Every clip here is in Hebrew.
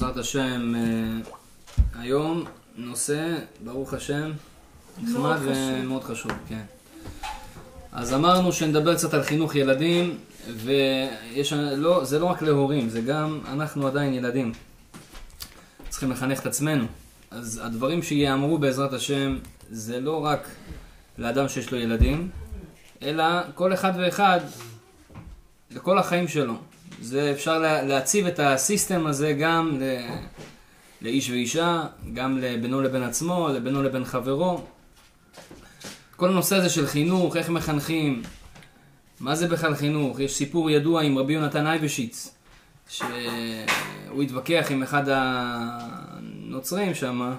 בעזרת השם, היום נושא, ברוך השם, נחמד ומאוד חשוב, כן. אז אמרנו שנדבר קצת על חינוך ילדים, וזה לא רק להורים, זה גם אנחנו עדיין ילדים. צריכים לחנך את עצמנו. אז הדברים שיאמרו בעזרת השם, זה לא רק לאדם שיש לו ילדים, אלא כל אחד ואחד, לכל החיים שלו. זה אפשר להציב את הסיסטם הזה גם לאיש ואישה, גם לבינו לבין עצמו, לבינו לבין חברו. כל הנושא הזה של חינוך, איך מחנכים, מה זה בכלל חינוך? יש סיפור ידוע עם רבי יונתן אייבשיץ, שהוא התווכח עם אחד הנוצרים שם,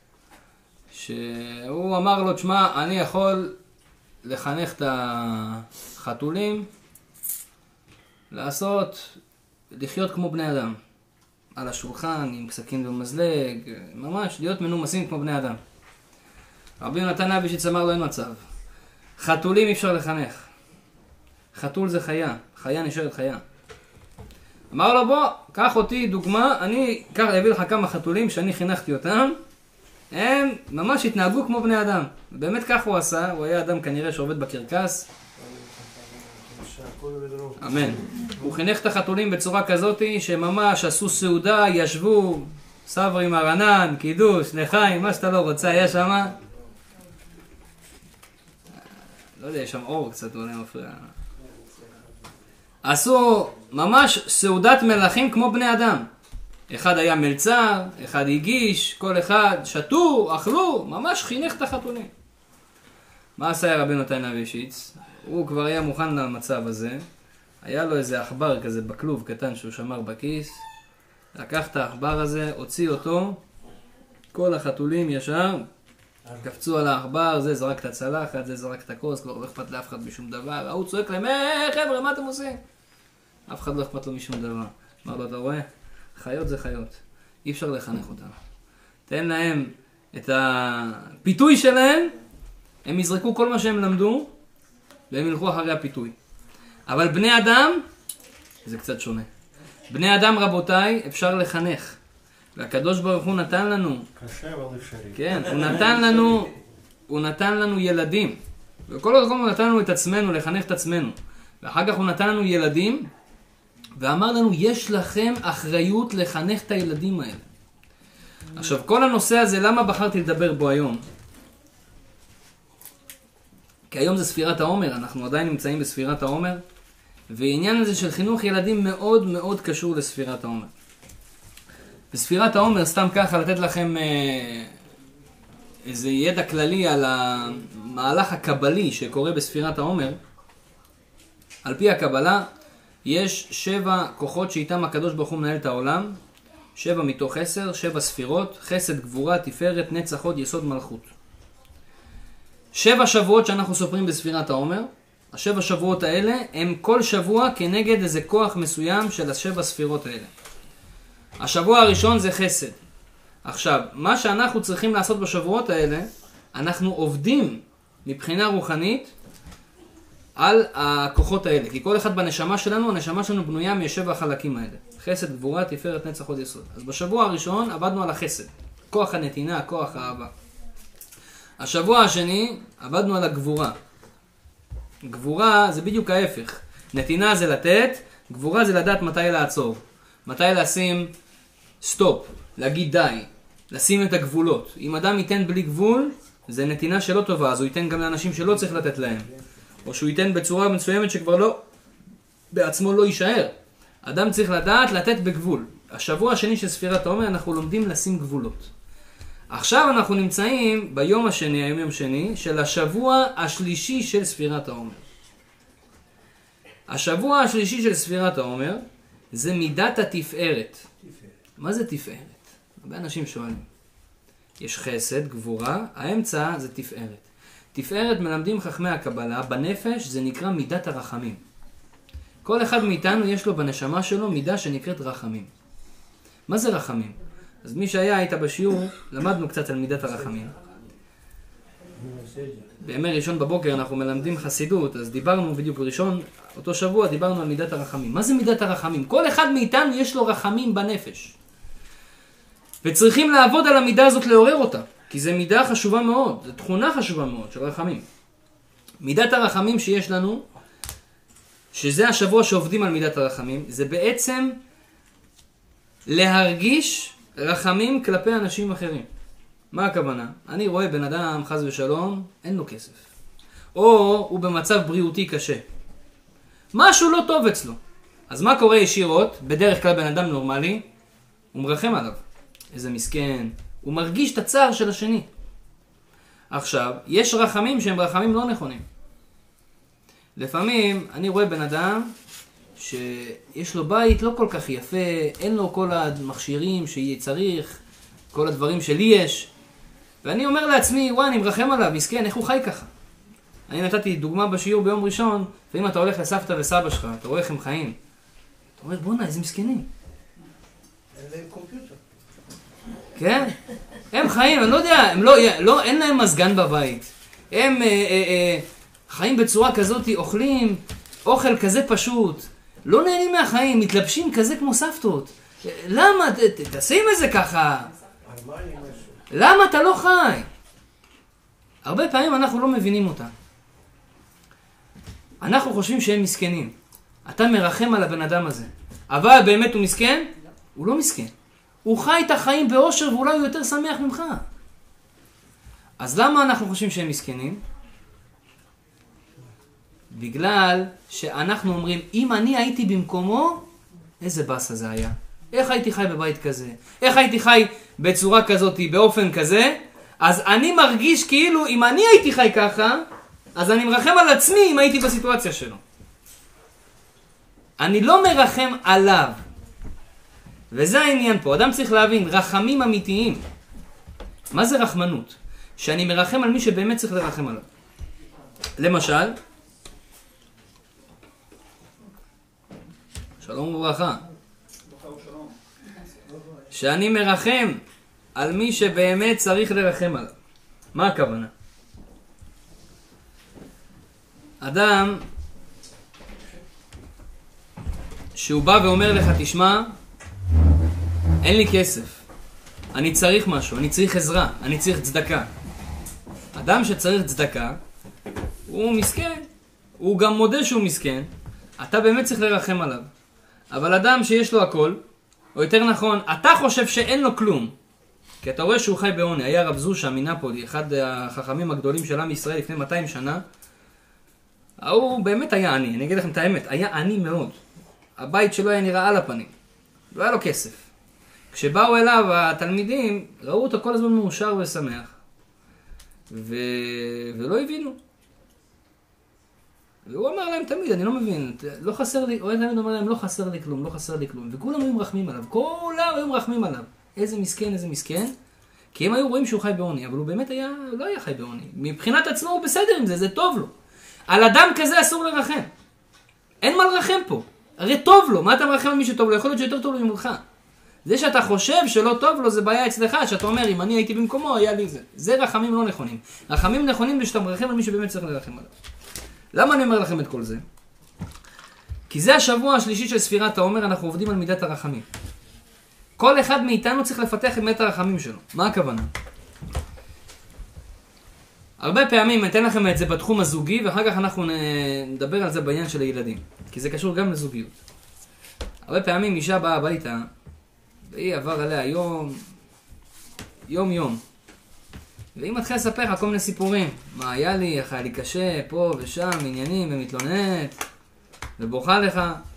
שהוא אמר לו, תשמע, אני יכול לחנך את החתולים, לחיות כמו בני אדם. על השולחן, עם סכין ומזלג, ממש להיות מנומסים כמו בני אדם. רבי יונתן אייבשיץ אמר לו, אין מצב. חתולים אי אפשר לחנך. חתול זה חיה, חיה נשארת חיה. אמר לו, בוא, קח אותי דוגמה, אני אביא לך כמה חתולים שאני חינכתי אותם, הם ממש התנהגו כמו בני אדם. באמת כך הוא עשה, הוא היה אדם כנראה שעובד בקרקס. אמן. הוא חינך את החתולים בצורה כזאת שממש עשו סעודה, ישבו, סברי מרנן, קידוש, לחיים, מה שאתה לא רוצה, היה שם. לא יודע, יש שם אור קצת, אולי מפריע. עשו ממש סעודת מלכים כמו בני אדם. אחד היה מלצר, אחד הגיש, כל אחד שתו, אכלו, ממש חינך את החתולים. מה עשה רבי יונתן אייבשיץ? הוא כבר היה מוכן למצב הזה. היה לו איזה עכבר כזה בכלוב קטן שהוא שמר בכיס. לקח את העכבר הזה, הוציא אותו. כל החתולים ישר קפצו על העכבר, זה זרק את הצלחת, זה זרק את הכוס, כבר לא אכפת לאף אחד משום דבר. הוא צועק להם, חבר'ה, מה אתם עושים? אף אחד לא אכפת לו משום דבר. אמר לו, אתה רואה? חיות זה חיות. אי אפשר לחנך אותם. תן להם את הפיתוי שלהם, הם יזרקו כל מה שהם למדו, והם ילכו אחרי הפיתוי. אבל בני אדם, זה קצת שונה. בני אדם, רבותיי, אפשר לחנך. והקדוש ברוך הוא נתן לנו. קשה אבל אפשרי. כן, הוא נתן לנו ילדים. וכל הזמן הוא נתן לנו את עצמנו, לחנך את עצמנו. ואחר כך הוא נתן לנו ילדים, ואמר לנו, יש לכם אחריות לחנך את הילדים האלה. עכשיו, כל הנושא הזה, למה בחרתי לדבר בו היום? כי היום זה ספירת העומר, אנחנו עדיין נמצאים בספירת העומר, ועניין הזה של חינוך ילדים מאוד מאוד קשור לספירת העומר. בספירת העומר, סתם ככה לתת לכם איזה ידע כללי על המהלך הקבלי שקורה בספירת העומר. על פי הקבלה, יש 7 כוחות שאיתם הקדוש ברוך הוא מנהל את העולם, 7 מתוך 10, 7 ספירות, חסד, גבורה, תפארת, נצח, הוד, יסוד, מלכות. 7 שבועות שאנחנו סופרים בספירת העומר, 7 שבועות האלה הם כל שבוע כנגד איזה כוח מסוים של 7 ספירות האלה. השבוע הראשון זה חסד. עכשיו, מה שאנחנו צריכים לעשות בשבועות האלה, אנחנו עובדים מבחינה רוחנית על הכוחות האלה. כי כל אחד בנשמה שלנו, הנשמה שלנו בנויה מ7 החלקים האלה. חסד, גבורה, תפארת, נצח, הוד, יסוד. אז בשבוע הראשון עבדנו על החסד. כוח הנתינה, כוח האהבה. השבוע השני עבדנו על הגבורה. גבורה זה בדיוק ההפך. נתינה זה לתת, גבורה זה לדעת מתי לעצור. מתי לשים סטופ, להגיד די, לשים את הגבולות. אם אדם ייתן בלי גבול, זה נתינה שלא טובה, אז הוא ייתן גם לאנשים שלא צריך לתת להם. או שהוא ייתן בצורה מסוימת שכבר לא, בעצמו לא יישאר. אדם צריך לדעת לתת בגבול. השבוע השני של ספירת העומר אנחנו לומדים לשים גבולות. עכשיו אנחנו נמצאים ביום השני, היום יום שני, של השבוע השלישי של ספירת העומר. השבוע השלישי של ספירת העומר זה מידת התפארת. מה זה תפארת? הרבה אנשים שואלים. יש חסד, גבורה, האמצע זה תפארת. תפארת מלמדים חכמי הקבלה, בנפש זה נקרא מידת הרחמים. כל אחד מאיתנו יש לו בנשמה שלו מידה שנקראת רחמים. מה זה רחמים? אז מי שהיה איתה בשיעור, למדנו קצת על מידת הרחמים. בימי ראשון בבוקר אנחנו מלמדים חסידות, אז דיברנו בדיוק בראשון, אותו שבוע דיברנו על מידת הרחמים. מה זה מידת הרחמים? כל אחד מאיתנו יש לו רחמים בנפש. וצריכים לעבוד על המידה הזאת, לעורר אותה. כי זו מידה חשובה מאוד, זו תכונה חשובה מאוד של רחמים. מידת הרחמים שיש לנו, שזה השבוע שעובדים על מידת הרחמים, זה בעצם להרגיש רחמים כלפי אנשים אחרים. מה הכוונה? אני רואה בן אדם, חס ושלום, אין לו כסף. או הוא במצב בריאותי קשה. משהו לא טוב אצלו. אז מה קורה ישירות? בדרך כלל בן אדם נורמלי, הוא מרחם עליו. איזה מסכן. הוא מרגיש את הצער של השני. עכשיו, יש רחמים שהם רחמים לא נכונים. לפעמים אני רואה בן אדם שיש לו בית לא כל כך יפה, אין לו כל המכשירים שצריך, כל הדברים שלי יש. ואני אומר לעצמי, וואי, אני מרחם עליו, מסכן, איך הוא חי ככה? אני נתתי דוגמה בשיעור ביום ראשון, ואם אתה הולך לסבתא וסבא שלך, אתה רואה איך הם חיים. אתה אומר, בוא'נה, איזה מסכנים. אין להם קומפיוטר. כן? הם חיים, אני לא יודע, אין להם מזגן בבית. הם חיים בצורה כזאת, אוכלים אוכל כזה פשוט. לא נהנים מהחיים, מתלבשים כזה כמו סבתות. למה? תשים את זה ככה. למה אתה לא חי? הרבה פעמים אנחנו לא מבינים אותה. אנחנו חושבים שהם מסכנים. אתה מרחם על הבן אדם הזה. אבל באמת הוא מסכן? הוא לא מסכן. הוא חי את החיים באושר ואולי הוא יותר שמח ממך. אז למה אנחנו חושבים שהם מסכנים? בגלל שאנחנו אומרים, אם אני הייתי במקומו, איזה בסה זה היה. איך הייתי חי בבית כזה? איך הייתי חי בצורה כזאת, באופן כזה? אז אני מרגיש כאילו, אם אני הייתי חי ככה, אז אני מרחם על עצמי אם הייתי בסיטואציה שלו. אני לא מרחם עליו. וזה העניין פה. אדם צריך להבין, רחמים אמיתיים. מה זה רחמנות? שאני מרחם על מי שבאמת צריך לרחם עליו. למשל, שלום וברכה. שאני מרחם על מי שבאמת צריך לרחם עליו. מה הכוונה? אדם שהוא בא ואומר לך, תשמע, אין לי כסף, אני צריך משהו, אני צריך עזרה, אני צריך צדקה. אדם שצריך צדקה, הוא מסכן, הוא גם מודה שהוא מסכן, אתה באמת צריך לרחם עליו. אבל אדם שיש לו הכל, או יותר נכון, אתה חושב שאין לו כלום, כי אתה רואה שהוא חי בעוני. היה רב זושה מנפולי, אחד החכמים הגדולים של עם ישראל לפני 200 שנה, הוא באמת היה עני, אני אגיד לכם את האמת, היה עני מאוד. הבית שלו היה נראה על הפנים, לא היה לו כסף. כשבאו אליו התלמידים, ראו אותו כל הזמן מאושר ושמח, ולא הבינו. והוא אמר להם תמיד, אני לא מבין, לא חסר לי, הוא תמיד אומר להם, לא חסר לי כלום, לא חסר לי כלום. וכולם היו מרחמים עליו, כולם היו מרחמים עליו. איזה מסכן, איזה מסכן. כי הם היו רואים שהוא חי בעוני, אבל הוא באמת לא היה חי בעוני. מבחינת עצמו הוא בסדר עם זה, זה טוב לו. על אדם כזה אסור לרחם. אין מה לרחם פה. הרי טוב לו, מה אתה מרחם על מי שטוב לו? יכול להיות שיותר טוב לו ממך. זה שאתה חושב שלא טוב לו, זה בעיה אצלך, שאתה אומר, אם אני הייתי במקומו, היה לי זה. זה רחמים לא נכונים. רחמים נכונים זה שאתה מרחם על מי שבאמת צריך לרחם עליו. למה אני אומר לכם את כל זה? כי זה השבוע השלישי של ספירת העומר, אנחנו עובדים על מידת הרחמים. כל אחד מאיתנו צריך לפתח את מידת הרחמים שלו. מה הכוונה? הרבה פעמים אתן לכם את זה בתחום הזוגי, ואחר כך אנחנו נדבר על זה בעניין של הילדים. כי זה קשור גם לזוגיות. הרבה פעמים אישה באה הביתה, והיא עבר עליה יום. והיא מתחילה לספר לך כל מיני סיפורים. מה היה לי, איך היה לי קשה, פה ושם, עניינים, ומתלוננת, ובוכה לך.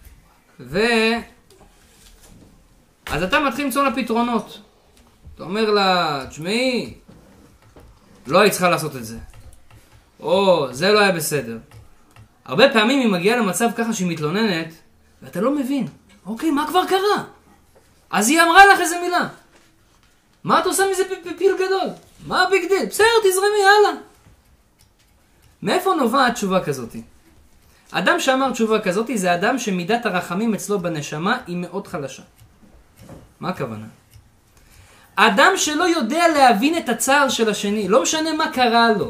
אז אתה מתחיל למצוא לה פתרונות. אתה אומר לה, תשמעי, לא היית צריכה לעשות את זה. או, זה לא היה בסדר. הרבה פעמים היא מגיעה למצב ככה שהיא מתלוננת, ואתה לא מבין. אוקיי, מה כבר קרה? אז היא אמרה לך איזה מילה. מה את עושה מזה פיל גדול? מה הביג דיל? בסדר, תזרמי, הלאה. מאיפה נובעת תשובה כזאת? אדם שאמר תשובה כזאת זה אדם שמידת הרחמים אצלו בנשמה היא מאוד חלשה. מה הכוונה? אדם שלא יודע להבין את הצער של השני, לא משנה מה קרה לו.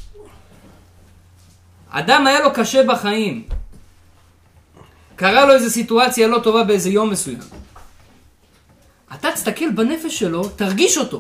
אדם היה לו קשה בחיים. קרה לו איזו סיטואציה לא טובה באיזה יום מסוים. אתה תסתכל בנפש שלו, תרגיש אותו.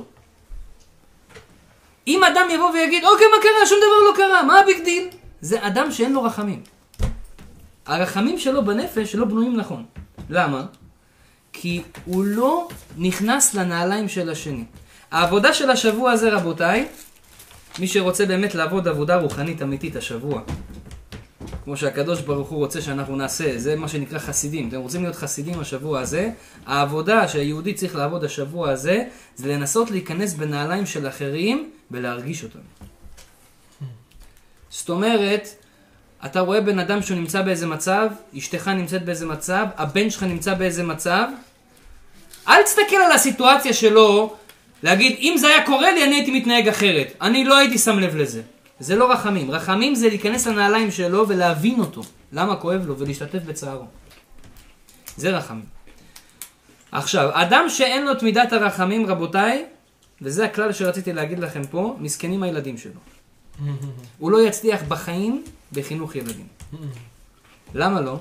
אם אדם יבוא ויגיד, אוקיי, מה קרה? שום דבר לא קרה, מה הביג דיל? זה אדם שאין לו רחמים. הרחמים שלו בנפש לא בנויים נכון. למה? כי הוא לא נכנס לנעליים של השני. העבודה של השבוע הזה, רבותיי, מי שרוצה באמת לעבוד עבודה רוחנית אמיתית השבוע, כמו שהקדוש ברוך הוא רוצה שאנחנו נעשה, זה מה שנקרא חסידים. אתם רוצים להיות חסידים השבוע הזה, העבודה שהיהודי צריך לעבוד השבוע הזה, זה לנסות להיכנס בנעליים של אחרים ולהרגיש אותם. זאת אומרת, אתה רואה בן אדם שהוא נמצא באיזה מצב, אשתך נמצאת באיזה מצב, הבן שלך נמצא באיזה מצב, אל תסתכל על הסיטואציה שלו, להגיד, אם זה היה קורה לי, אני הייתי מתנהג אחרת. אני לא הייתי שם לב לזה. זה לא רחמים. רחמים זה להיכנס לנעליים שלו ולהבין אותו. למה כואב לו ולהשתתף בצערו. זה רחמים. עכשיו, אדם שאין לו את מידת הרחמים, רבותיי, וזה הכלל שרציתי להגיד לכם פה, מסכנים הילדים שלו. הוא לא יצליח בחיים בחינוך ילדים. למה לא?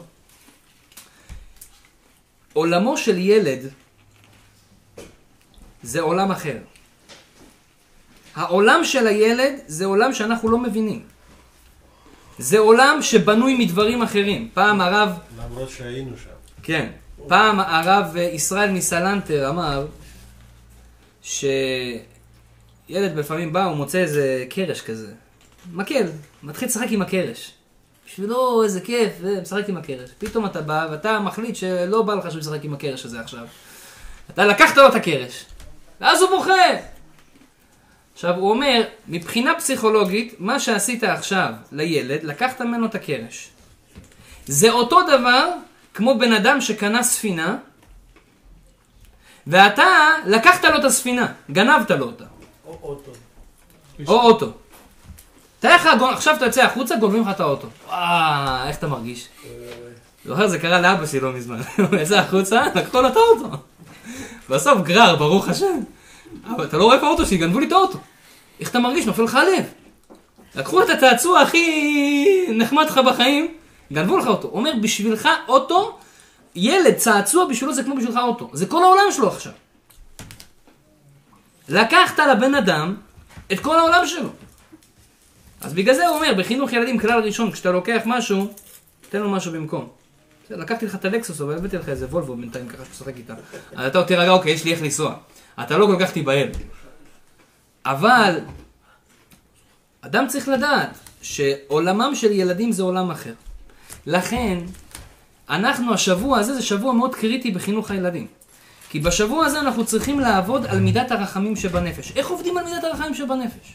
עולמו של ילד זה עולם אחר. העולם של הילד זה עולם שאנחנו לא מבינים. זה עולם שבנוי מדברים אחרים. פעם הרב... למרות שהיינו שם. כן. פעם הרב ישראל מסלנטר אמר שילד בפעמים בא, הוא מוצא איזה קרש כזה. מקל. מתחיל לשחק עם הקרש. בשבילו איזה כיף, משחק עם הקרש. פתאום אתה בא ואתה מחליט שלא בא לך שהוא ישחק עם הקרש הזה עכשיו. אתה לקחת לו את הקרש. ואז הוא בוכה. עכשיו הוא אומר, מבחינה פסיכולוגית, מה שעשית עכשיו לילד, לקחת ממנו את הקרש. זה אותו דבר כמו בן אדם שקנה ספינה, ואתה לקחת לו את הספינה, גנבת לו אותה. או אוטו. או אוטו. עכשיו אתה יוצא החוצה, גונבים לך את האוטו. וואו, איך אתה מרגיש? זוכר, זה קרה לאבא שלי לא מזמן. הוא יצא החוצה, לקחו לו את האוטו. בסוף גרר, ברוך השם. אבל אתה לא רואה פה אוטו שגנבו לי את האוטו. איך אתה מרגיש? נופל לך הלב. לקחו את הצעצוע הכי נחמד לך בחיים, גנבו לך אותו. הוא אומר, בשבילך אוטו, ילד צעצוע בשבילו זה כמו בשבילך אוטו. זה כל העולם שלו עכשיו. לקחת לבן אדם את כל העולם שלו. אז בגלל זה הוא אומר, בחינוך ילדים כלל ראשון, כשאתה לוקח משהו, תן לו משהו במקום. לקחתי לך את הלקסוס, אבל הבאתי לך איזה וולבו בינתיים ככה שתשחק איתה. אז אתה תירגע, אוקיי, יש לי איך לנסוע. אתה לא כל כך תיבהל. אבל אדם צריך לדעת שעולמם של ילדים זה עולם אחר. לכן, אנחנו השבוע הזה זה שבוע מאוד קריטי בחינוך הילדים. כי בשבוע הזה אנחנו צריכים לעבוד על מידת הרחמים שבנפש. איך עובדים על מידת הרחמים שבנפש?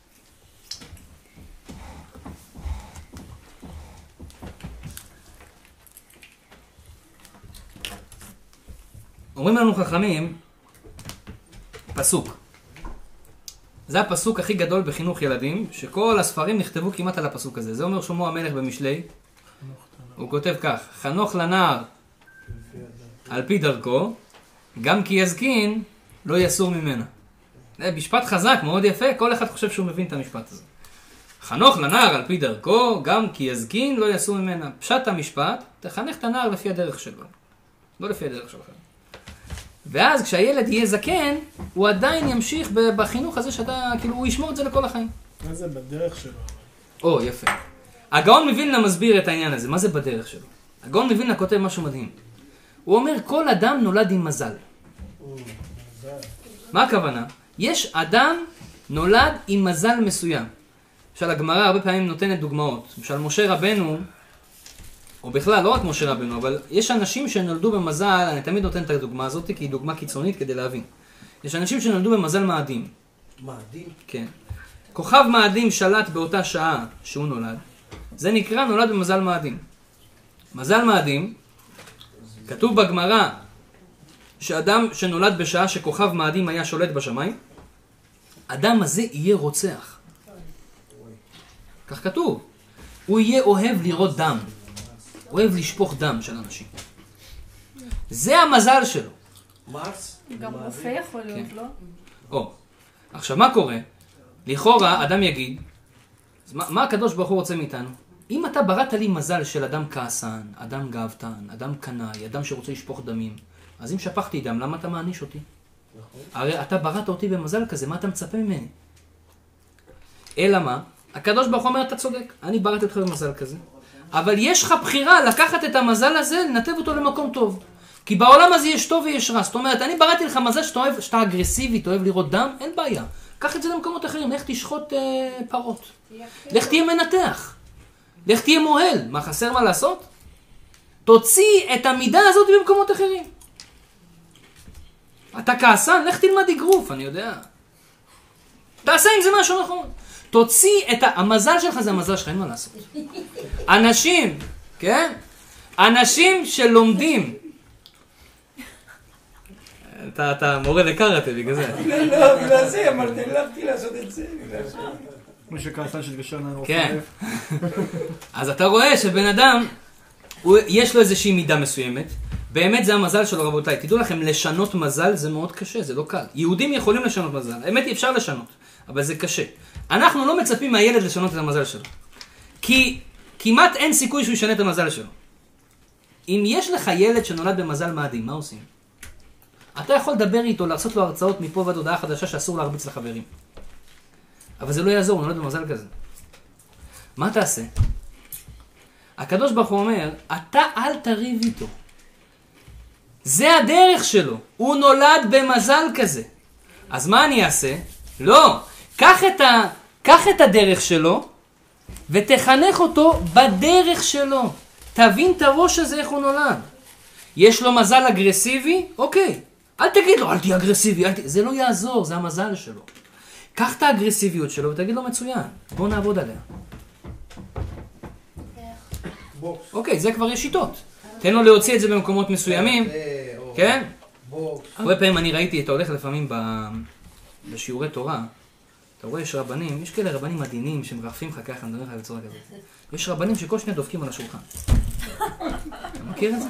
אומרים לנו חכמים, פסוק. זה הפסוק הכי גדול בחינוך ילדים, שכל הספרים נכתבו כמעט על הפסוק הזה. זה אומר שלמה המלך במשלי. הוא כותב כך, חנוך לנער על פי דרכו, גם כי יזקין לא יסור ממנה. זה משפט חזק, מאוד יפה, כל אחד חושב שהוא מבין את המשפט הזה. חנוך לנער על פי דרכו, גם כי יזקין לא יסור ממנה. פשט המשפט, תחנך את הנער לפי הדרך שלו, לא לפי הדרך שלך. ואז כשהילד יהיה זקן, הוא עדיין ימשיך בחינוך הזה שאתה, כאילו, הוא ישמור את זה לכל החיים. מה זה בדרך שלו? או, יפה. הגאון מווילנה מסביר את העניין הזה, מה זה בדרך שלו? הגאון מווילנה כותב משהו מדהים. הוא אומר, כל אדם נולד עם מזל. מה הכוונה? יש אדם נולד עם מזל מסוים. למשל, הגמרא הרבה פעמים נותנת דוגמאות. למשל, משה רבנו, או בכלל, לא רק משה רבנו, אבל יש אנשים שנולדו במזל, אני תמיד נותן את הדוגמה הזאת, כי היא דוגמה קיצונית כדי להבין. יש אנשים שנולדו במזל מאדים. מאדים? כן. כוכב מאדים שלט באותה שעה שהוא נולד. זה נקרא נולד במזל מאדים. מזל מאדים, כתוב בגמרא, שאדם שנולד בשעה שכוכב מאדים היה שולט בשמיים, אדם הזה יהיה רוצח. כך כתוב. הוא יהיה אוהב לראות דם. אוהב לשפוך דם של אנשים. זה המזל שלו. מרס? גם רופא יכול להיות, לא? או, עכשיו מה קורה? לכאורה אדם יגיד, מה הקדוש ברוך הוא רוצה מאיתנו? אם אתה בראת לי מזל של אדם כעסן, אדם גאוותן, אדם קנאי, אדם שרוצה לשפוך דמים, אז אם שפכתי דם, למה אתה מעניש אותי? נכון. הרי אתה בראת אותי במזל כזה, מה אתה מצפה ממני? אלא מה? הקדוש ברוך הוא אומר, אתה צודק, אני בראתי אותך במזל כזה. אבל יש לך בחירה לקחת את המזל הזה, לנתב אותו למקום טוב. כי בעולם הזה יש טוב ויש רע. זאת אומרת, אני בראתי לך מזל שאתה אגרסיבי, אתה אוהב לראות דם, אין בעיה. קח את זה למקומות אחרים, לך תשחוט פרות. לך תהיה מנתח. לך תהיה מוהל. מה חסר מה לעשות? תוציא את המידה הזאת במקומות אחרים. אתה כעסן, לך תלמד אגרוף, אני יודע. תעשה עם זה משהו נכון. תוציא את המזל שלך, זה המזל שלך, אין מה לעשות. אנשים, כן? אנשים שלומדים. אתה מורה לקראטה בגלל זה. לא, בגלל זה, אמרתי, הלכתי לעשות את זה. כמו שכעסן שתגשר לנו. כן. אז אתה רואה שבן אדם, יש לו איזושהי מידה מסוימת. באמת זה המזל שלו, רבותיי. תדעו לכם, לשנות מזל זה מאוד קשה, זה לא קל. יהודים יכולים לשנות מזל. האמת היא, אפשר לשנות, אבל זה קשה. אנחנו לא מצפים מהילד לשנות את המזל שלו. כי כמעט אין סיכוי שהוא ישנה את המזל שלו. אם יש לך ילד שנולד במזל מאדים, מה עושים? אתה יכול לדבר איתו, לעשות לו הרצאות מפה ועד הודעה חדשה שאסור להרביץ לחברים. אבל זה לא יעזור, הוא נולד במזל כזה. מה תעשה? הקדוש ברוך הוא אומר, אתה אל תריב איתו. זה הדרך שלו. הוא נולד במזל כזה. אז מה אני אעשה? לא. קח את הדרך שלו, ותחנך אותו בדרך שלו. תבין את הראש הזה איך הוא נולד. יש לו מזל אגרסיבי? אוקיי. אל תגיד לו, אל תהיה אגרסיבי. זה לא יעזור, זה המזל שלו. קח את האגרסיביות שלו ותגיד לו מצוין. בוא נעבוד עליה. אוקיי, זה כבר יש שיטות. תן לו להוציא את זה במקומות מסוימים. כן? הרבה פעמים אני ראיתי, אתה הולך לפעמים בשיעורי תורה, אתה רואה יש רבנים, יש כאלה רבנים מדהימים שמרחפים לך ככה, אני מדבר לך בצורה כזאת. יש רבנים שכל שנייה דופקים על השולחן. אתה מכיר את זה?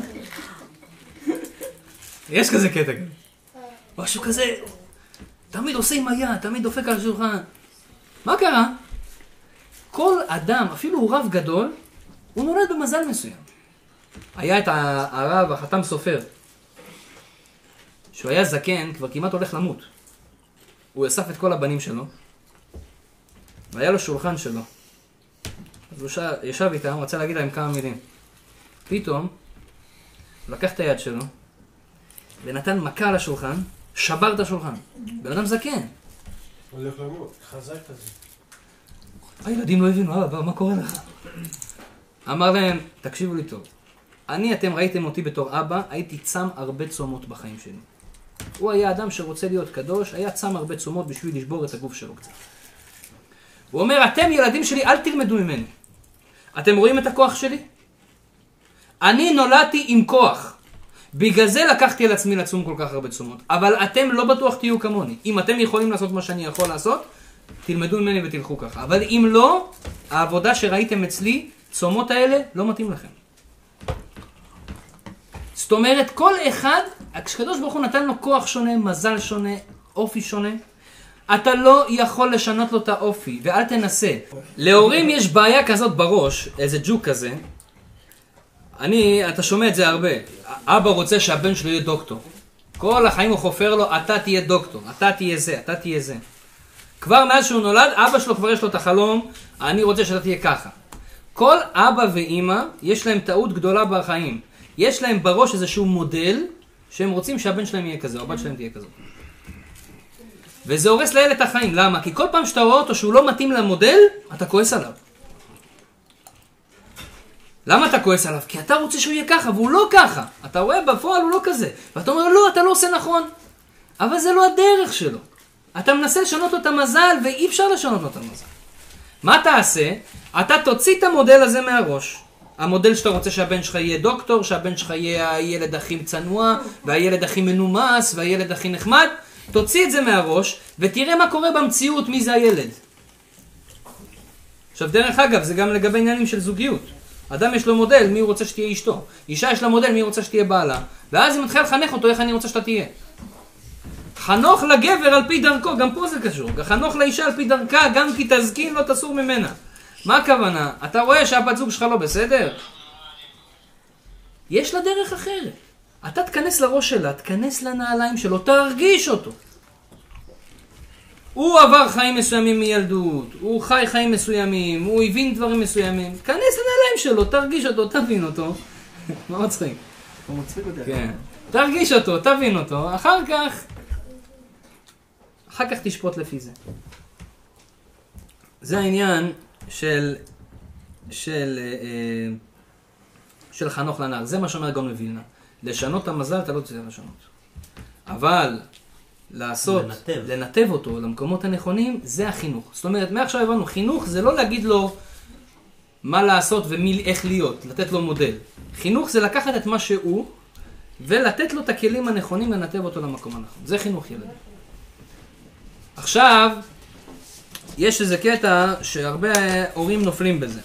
יש כזה קטע גם. משהו כזה, תמיד עושה עם היד, תמיד דופק על השולחן. מה קרה? כל אדם, אפילו הוא רב גדול, הוא נולד במזל מסוים. היה את הרב, החתם סופר, שהוא היה זקן, כבר כמעט הולך למות. הוא אסף את כל הבנים שלו, והיה לו שולחן שלו. אז הוא ישב איתם, רצה להגיד להם כמה מילים. פתאום, הוא לקח את היד שלו, ונתן מכה על השולחן, שבר את השולחן. בן אדם זקן. הולך למות, חזק כזה. הילדים לא הבינו, אבא, מה קורה לך? אמר להם, תקשיבו לי טוב. אתם ראיתם אותי בתור אבא, הייתי צם הרבה צומות בחיים שלי. הוא היה אדם שרוצה להיות קדוש, היה צם הרבה צומות בשביל לשבור את הגוף שלו קצת. הוא אומר, אתם ילדים שלי, אל תלמדו ממני. אתם רואים את הכוח שלי? אני נולדתי עם כוח. בגלל זה לקחתי על עצמי לצום כל כך הרבה צומות. אבל אתם לא בטוח תהיו כמוני. אם אתם יכולים לעשות מה שאני יכול לעשות, תלמדו ממני ותלכו ככה. אבל אם לא, העבודה שראיתם אצלי, צומות האלה, לא מתאים לכם. זאת אומרת, כל אחד, כשקדוש ברוך הוא נתן לו כוח שונה, מזל שונה, אופי שונה, אתה לא יכול לשנות לו את האופי, ואל תנסה. להורים יש בעיה כזאת בראש, איזה ג'וק כזה. אתה שומע את זה הרבה. אבא רוצה שהבן שלו יהיה דוקטור. כל החיים הוא חופר לו, אתה תהיה דוקטור, אתה תהיה זה, אתה תהיה זה. כבר מאז שהוא נולד, אבא שלו כבר יש לו את החלום, אני רוצה שאתה תהיה ככה. כל אבא ואמא, יש להם טעות גדולה בחיים. יש להם בראש איזשהו מודל, שהם רוצים שהבן שלהם יהיה כזה, או הבת שלהם תהיה כזאת. וזה הורס לילד את החיים. למה? כי כל פעם שאתה רואה אותו שהוא לא מתאים למודל, אתה כועס עליו. למה אתה כועס עליו? כי אתה רוצה שהוא יהיה ככה, והוא לא ככה. אתה רואה בפועל הוא לא כזה. ואתה אומר, לא, אתה לא עושה נכון. אבל זה לא הדרך שלו. אתה מנסה לשנות לו את המזל, ואי אפשר לשנות לו את המזל. מה תעשה? אתה תוציא את המודל הזה מהראש. המודל שאתה רוצה שהבן שלך יהיה דוקטור, שהבן שלך יהיה הילד הכי צנוע, והילד הכי מנומס, והילד הכי נחמד. תוציא את זה מהראש, ותראה מה קורה במציאות, מי זה הילד. עכשיו, דרך אגב, זה גם לגבי עניינים של זוגיות. אדם יש לו מודל, מי הוא רוצה שתהיה אשתו. אישה יש לה מודל, מי הוא רוצה שתהיה בעלה. ואז היא מתחילה לחנך אותו, איך אני רוצה שאתה תהיה. חנוך לגבר על פי דרכו, גם פה זה קשור. חנוך לאישה על פי דרכה, גם כי תזקין לא תסור ממנה. מה הכוונה? אתה רואה שהבת זוג שלך לא בסדר? יש לה דרך אחרת. אתה תכנס לראש שלה, תכנס לנעליים שלו, תרגיש אותו. הוא עבר חיים מסוימים מילדות, הוא חי חיים מסוימים, הוא הבין דברים מסוימים. תכנס לנעליים שלו, תרגיש אותו, תבין אותו. מה מצחיק? הוא מצחיק אותי. כן. תרגיש אותו, תבין אותו, אחר כך תשפוט לפי זה. זה העניין של חנוך לנער. זה מה שאומר גאון מווילנה. לשנות את המזל אתה לא צריך לשנות. אבל לנתב אותו למקומות הנכונים, זה החינוך. זאת אומרת, מעכשיו הבנו, חינוך זה לא להגיד לו מה לעשות ואיך להיות, לתת לו מודל. חינוך זה לקחת את מה שהוא ולתת לו את הכלים הנכונים לנתב אותו למקום הנכון. זה חינוך ילד. עכשיו, יש איזה קטע שהרבה הורים נופלים בזה.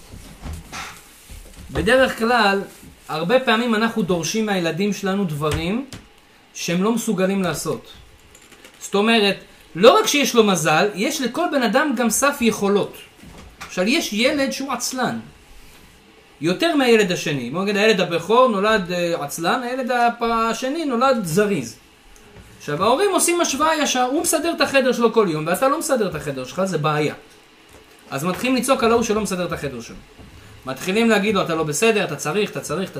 בדרך כלל, הרבה פעמים אנחנו דורשים מהילדים שלנו דברים שהם לא מסוגלים לעשות. זאת אומרת, לא רק שיש לו מזל, יש לכל בן אדם גם סף יכולות. עכשיו, יש ילד שהוא עצלן. יותר מהילד השני. כמו נגיד, הילד הבכור נולד עצלן, הילד השני נולד זריז. עכשיו, ההורים עושים השוואה ישר, הוא מסדר את החדר שלו כל יום, ואתה לא מסדר את החדר שלך, זה בעיה. אז מתחילים לצעוק על ההוא שלא מסדר את החדר שלו. מתחילים להגיד לו, אתה לא בסדר, אתה צריך.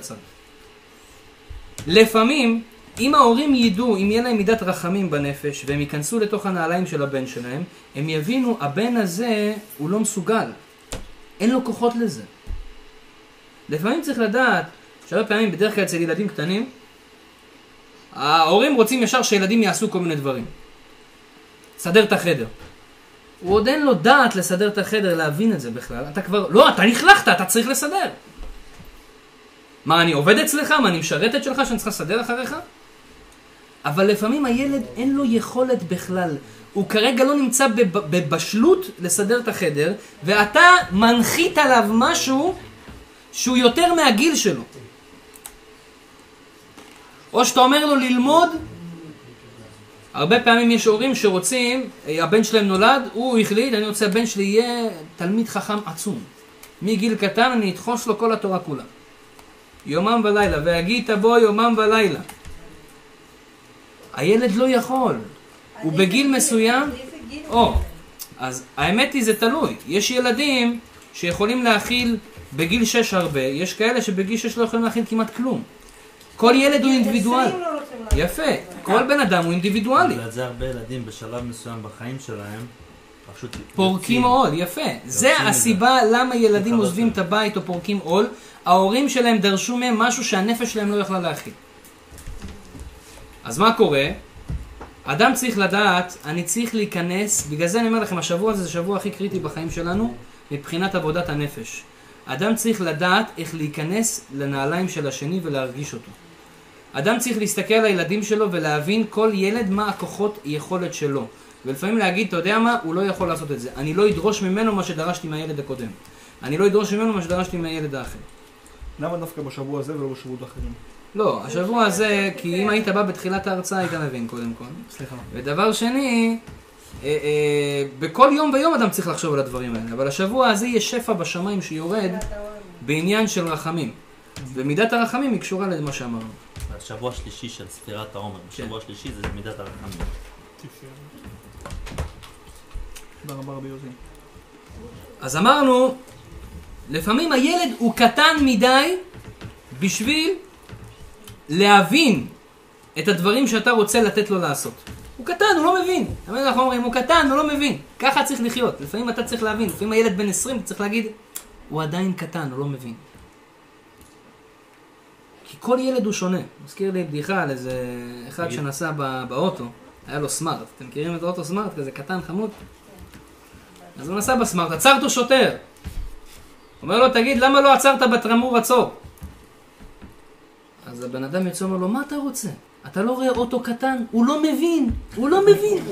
לפעמים, אם ההורים ידעו, אם יהיה להם מידת רחמים בנפש, והם ייכנסו לתוך הנעליים של הבן שלהם, הם יבינו, הבן הזה הוא לא מסוגל. אין לו כוחות לזה. לפעמים צריך לדעת, שהרבה פעמים בדרך כלל אצל ילדים קטנים, ההורים רוצים ישר שילדים יעשו כל מיני דברים. סדר את החדר. הוא עוד אין לו דעת לסדר את החדר, להבין את זה בכלל. אתה כבר, לא, אתה נכלכת, אתה צריך לסדר. מה, אני עובד אצלך? מה, אני משרתת שלך שאני צריך לסדר אחריך? אבל לפעמים הילד אין לו יכולת בכלל. הוא כרגע לא נמצא בבשלות לסדר את החדר, ואתה מנחית עליו משהו שהוא יותר מהגיל שלו. או שאתה אומר לו ללמוד, הרבה פעמים יש הורים שרוצים, הבן שלהם נולד, הוא החליט, אני רוצה הבן שלי יהיה תלמיד חכם עצום. מגיל קטן אני אתחוש לו כל התורה כולה. יומם ולילה, והגית בו יומם ולילה. הילד לא יכול. הוא בגיל מסוים, אז האמת היא זה תלוי. יש ילדים שיכולים להכיל בגיל 6 הרבה, יש כאלה שבגיל 6 לא יכולים להכיל כמעט כלום. כל ילד הוא אינדיבידואל. יפה, כל בן אדם הוא אינדיבידואלי. בגלל זה הרבה ילדים בשלב מסוים בחיים שלהם פשוט פורקים עול, יפה. זה הסיבה למה ילדים עוזבים את הבית או פורקים עול. ההורים שלהם דרשו מהם משהו שהנפש שלהם לא יכלה להכיל. אז מה קורה? אדם צריך לדעת, אני צריך להיכנס, בגלל זה אני אומר לכם, השבוע הזה זה השבוע הכי קריטי בחיים שלנו, מבחינת עבודת הנפש. אדם צריך לדעת איך להיכנס לנעליים של השני ולהרגיש אותו. אדם צריך להסתכל על הילדים שלו ולהבין כל ילד מה הכוחות יכולת שלו. ולפעמים להגיד, אתה יודע מה? הוא לא יכול לעשות את זה. אני לא אדרוש ממנו מה שדרשתי מהילד הקודם. אני לא אדרוש ממנו מה שדרשתי מהילד האחר. למה דווקא בשבוע הזה ולא בשבועות אחרים? לא, השבוע הזה, כי אם היית בא בתחילת ההרצאה היית מבין קודם כל. סליחה. ודבר שני, בכל יום ויום אדם צריך לחשוב על הדברים האלה. אבל השבוע הזה יש שפע בשמיים שיורד בעניין של רחמים. ומידת הרחמים היא קשורה למה שאמרנו. השבוע השלישי של ספירת העומר, בשבוע השלישי זה מידת הרחמים. תודה רבה רבי יוזי. אז אמרנו, לפעמים הילד הוא קטן מדי בשביל להבין את הדברים שאתה רוצה לתת לו לעשות. הוא קטן, הוא לא מבין. אנחנו אומרים, הוא קטן, הוא לא מבין. ככה צריך לחיות. לפעמים אתה צריך להבין. לפעמים הילד בן 20 צריך להגיד, הוא עדיין קטן, הוא לא מבין. כי כל ילד הוא שונה. מזכיר לי בדיחה על איזה אחד שנסע באוטו. היה לו סמארט. אתם מכירים את האוטו סמארט? כזה קטן, חמוד. אז הוא נסע בסמארט. עצר אותו שוטר. אומר לו, תגיד, למה לא עצרת בטרמור עצור? אז הבן אדם יצא אומר לו, מה אתה רוצה? אתה לא רואה אוטו קטן? הוא לא מבין. הוא לא מבין.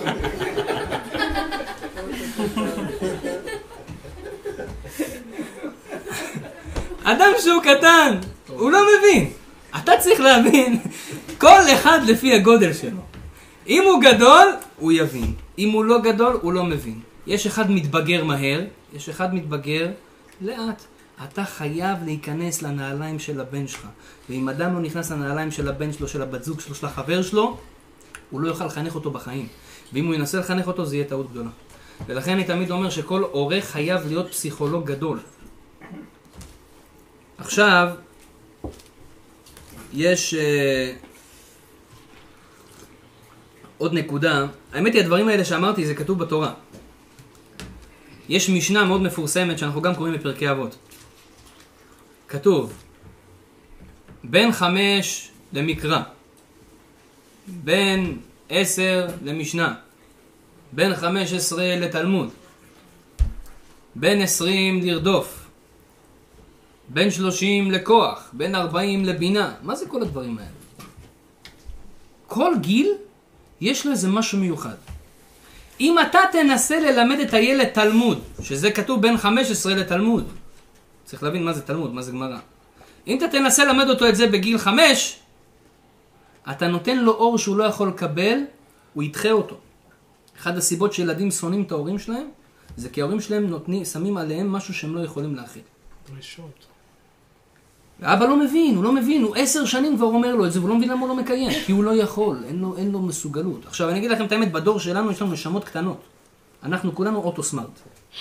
אדם שהוא קטן, הוא לא מבין. אתה צריך להבין, כל אחד לפי הגודל שלו. אם הוא גדול, הוא יבין. אם הוא לא גדול, הוא לא מבין. יש אחד מתבגר מהר, יש אחד מתבגר לאט. אתה חייב להיכנס לנעליים של הבן שלך. ואם אדם לא נכנס לנעליים של הבן שלו, של הבת זוג שלו, של החבר שלו, הוא לא יוכל לחנך אותו בחיים. ואם הוא ינסה לחנך אותו, זה יהיה טעות גדולה. ולכן אני תמיד אומר שכל הורה חייב להיות פסיכולוג גדול. עכשיו, יש עוד נקודה. האמת היא, הדברים האלה שאמרתי, זה כתוב בתורה. יש משנה מאוד מפורסמת שאנחנו גם קוראים בפרקי אבות. כתוב, בין 5 למקרא, בין 10 למשנה, בין 15 לתלמוד, בין 20 לרדוף, בין 30 לכוח, בין 40 לבינה. מה זה כל הדברים האלה? כל גיל יש לו איזה משהו מיוחד. אם אתה תנסה ללמד את הילד תלמוד, שזה כתוב בין 15 לתלמוד, צריך להבין מה זה תלמוד, מה זה גמרא. אם אתה תנסה ללמד אותו את זה בגיל 5, אתה נותן לו אור שהוא לא יכול לקבל, הוא ידחה אותו. אחד הסיבות שילדים שונאים את ההורים שלהם, זה כי ההורים שלהם שמים עליהם משהו שהם לא יכולים להכיל. דרישות. האבא לא מבין, הוא לא מבין, הוא 10 שנים כבר אומר לו את זה, והוא לא מבין למה הוא לא מקיים, כי הוא לא יכול, אין לו מסוגלות. עכשיו אני אגיד לכם את האמת, בדור שלנו יש לנו נשמות קטנות. אנחנו כולנו אוטו סמארט.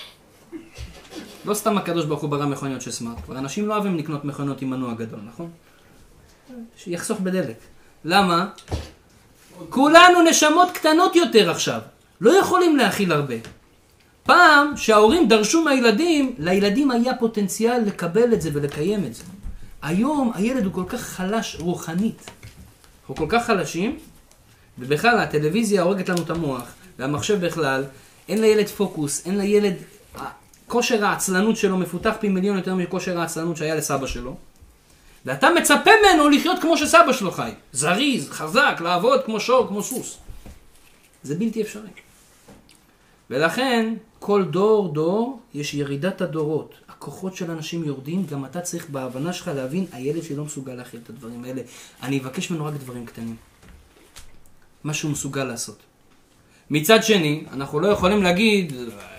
לא סתם הקדוש ברוך הוא ברא מכוניות של סמארט, כבר אנשים לא אוהבים לקנות מכוניות עם מנוע גדול, נכון? שיחסוך בדלק. למה? כולנו נשמות קטנות יותר עכשיו, לא יכולים להכיל הרבה. פעם שההורים דרשו מהילדים, לילדים היה פוטנציאל לקבל את זה ולקיים את זה. היום הילד הוא כל כך חלש רוחנית. אנחנו כל כך חלשים, ובכלל הטלוויזיה הורגת לנו את המוח, והמחשב בכלל, אין לילד פוקוס, אין לילד, כושר העצלנות שלו מפותח פי מיליון יותר מכושר העצלנות שהיה לסבא שלו. ואתה מצפה ממנו לחיות כמו שסבא שלו חי. זריז, חזק, לעבוד כמו שור, כמו סוס. זה בלתי אפשרי. ולכן, כל דור יש ירידת הדורות. הכוחות של אנשים יורדים, גם אתה צריך בהבנה שלך להבין, הילד שלא מסוגל להכיל את הדברים האלה. אני אבקש ממנו רק דברים קטנים. מה שהוא מסוגל לעשות. מצד שני, אנחנו לא יכולים להגיד,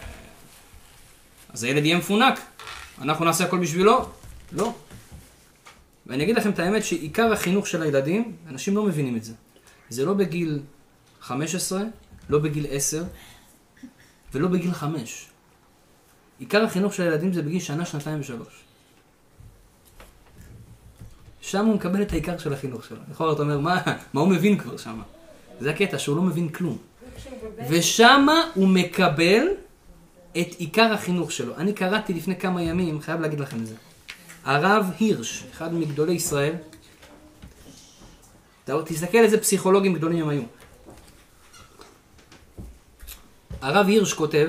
אז הילד יהיה מפונק. אנחנו נעשה הכל בשבילו? לא. ואני אגיד לכם את האמת שעיקר החינוך של הילדים, אנשים לא מבינים את זה. זה לא בגיל 15, לא בגיל 10, ולא בגיל 5. עיקר החינוך של הילדים זה בגיל שנה, שנתיים ו3. שם הוא מקבל את העיקר של החינוך שלו. יכול אתה אומר, מה הוא מבין כבר שם? זה הקטע, שהוא לא מבין כלום. ושם הוא מקבל את עיקר החינוך שלו. אני קראתי לפני כמה ימים, חייב להגיד לכם את זה. הרב הירש, אחד מגדולי ישראל, תסתכל איזה פסיכולוגים גדולים הם היו. הרב הירש כותב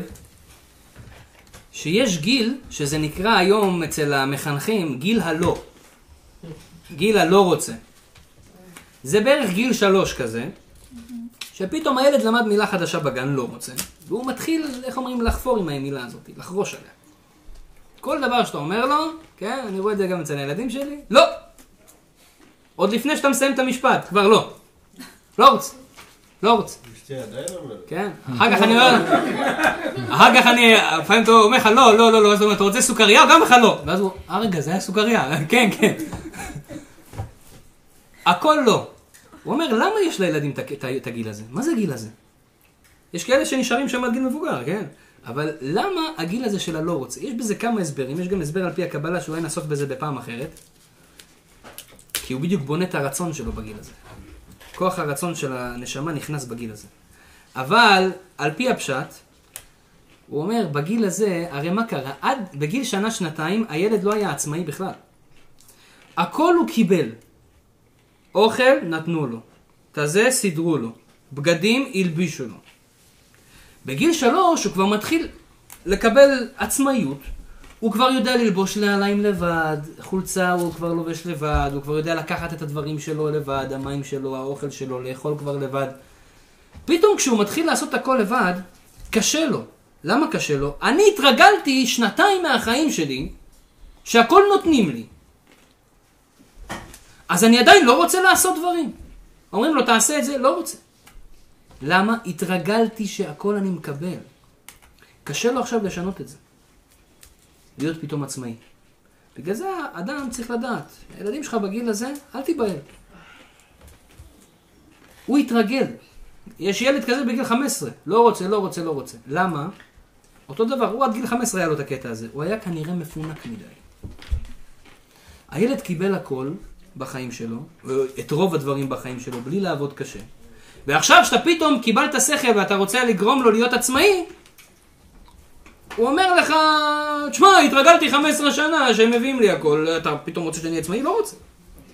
שיש גיל, שזה נקרא היום אצל המחנכים, גיל הלא. גיל הלא רוצה. זה בערך גיל 3 כזה, שפתאום הילד למד מילה חדשה בגן, לא רוצה, והוא מתחיל, איך אומרים, לחפור עם המילה הזאת, לחרוש עליה. כל דבר שאתה אומר לו, כן, אני רואה את זה גם אצל הילדים שלי, לא! עוד לפני שאתה מסיים את המשפט, כבר לא. לא רוצה. לא רוצה. אשתי עדיין אומר. כן, אחר כך אני, לפעמים אתה אומר לך, לא, לא, לא, לא, אז אתה רוצה סוכריה? גם לך לא. ואז הוא, רגע, זה היה סוכריה, כן, כן. הכל לא. הוא אומר, למה יש לילדים את הגיל הזה? מה זה הגיל הזה? יש כאלה שנשארים שם עד גיל מבוגר, כן? אבל למה הגיל הזה של הלא רוצה? יש בזה כמה הסברים, יש גם הסבר על פי הקבלה שאולי נעסוק בזה בפעם אחרת. כי הוא בדיוק בונה את הרצון שלו בגיל הזה. כוח הרצון של הנשמה נכנס בגיל הזה. אבל על פי הפשט, הוא אומר, בגיל הזה, הרי מה קרה? עד בגיל שנה, שנתיים, הילד לא היה עצמאי בכלל. הכל הוא קיבל. אוכל נתנו לו. תזה סידרו לו. בגדים הלבישו לו. בגיל 3 הוא כבר מתחיל לקבל עצמאיות. הוא כבר יודע ללבוש נעליים לבד, חולצה הוא כבר לובש לבד, הוא כבר יודע לקחת את הדברים שלו לבד, המים שלו, האוכל שלו, לאכול כבר לבד. פתאום כשהוא מתחיל לעשות הכל לבד, קשה לו. למה קשה לו? אני התרגלתי 2 מהחיים שלי, שהכל נותנים לי. אז אני עדיין לא רוצה לעשות דברים. אומרים לו, תעשה את זה, לא רוצה. למה? התרגלתי שהכל אני מקבל. קשה לו עכשיו לשנות את זה. להיות פתאום עצמאי. בגלל זה האדם צריך לדעת, הילדים שלך בגיל הזה, אל תיבהל. הוא יתרגל. יש ילד כזה בגיל 15, לא רוצה. למה? אותו דבר, הוא עד גיל 15 היה לו את הקטע הזה. הוא היה כנראה מפונק מדי. הילד קיבל הכל בחיים שלו, את רוב הדברים בחיים שלו, בלי לעבוד קשה. ועכשיו שאתה פתאום קיבלת שכל ואתה רוצה לגרום לו להיות עצמאי, הוא אומר לך, תשמע, התרגלתי 15 שנה שהם מביאים לי הכל, אתה פתאום רוצה שאני עצמאי? לא רוצה.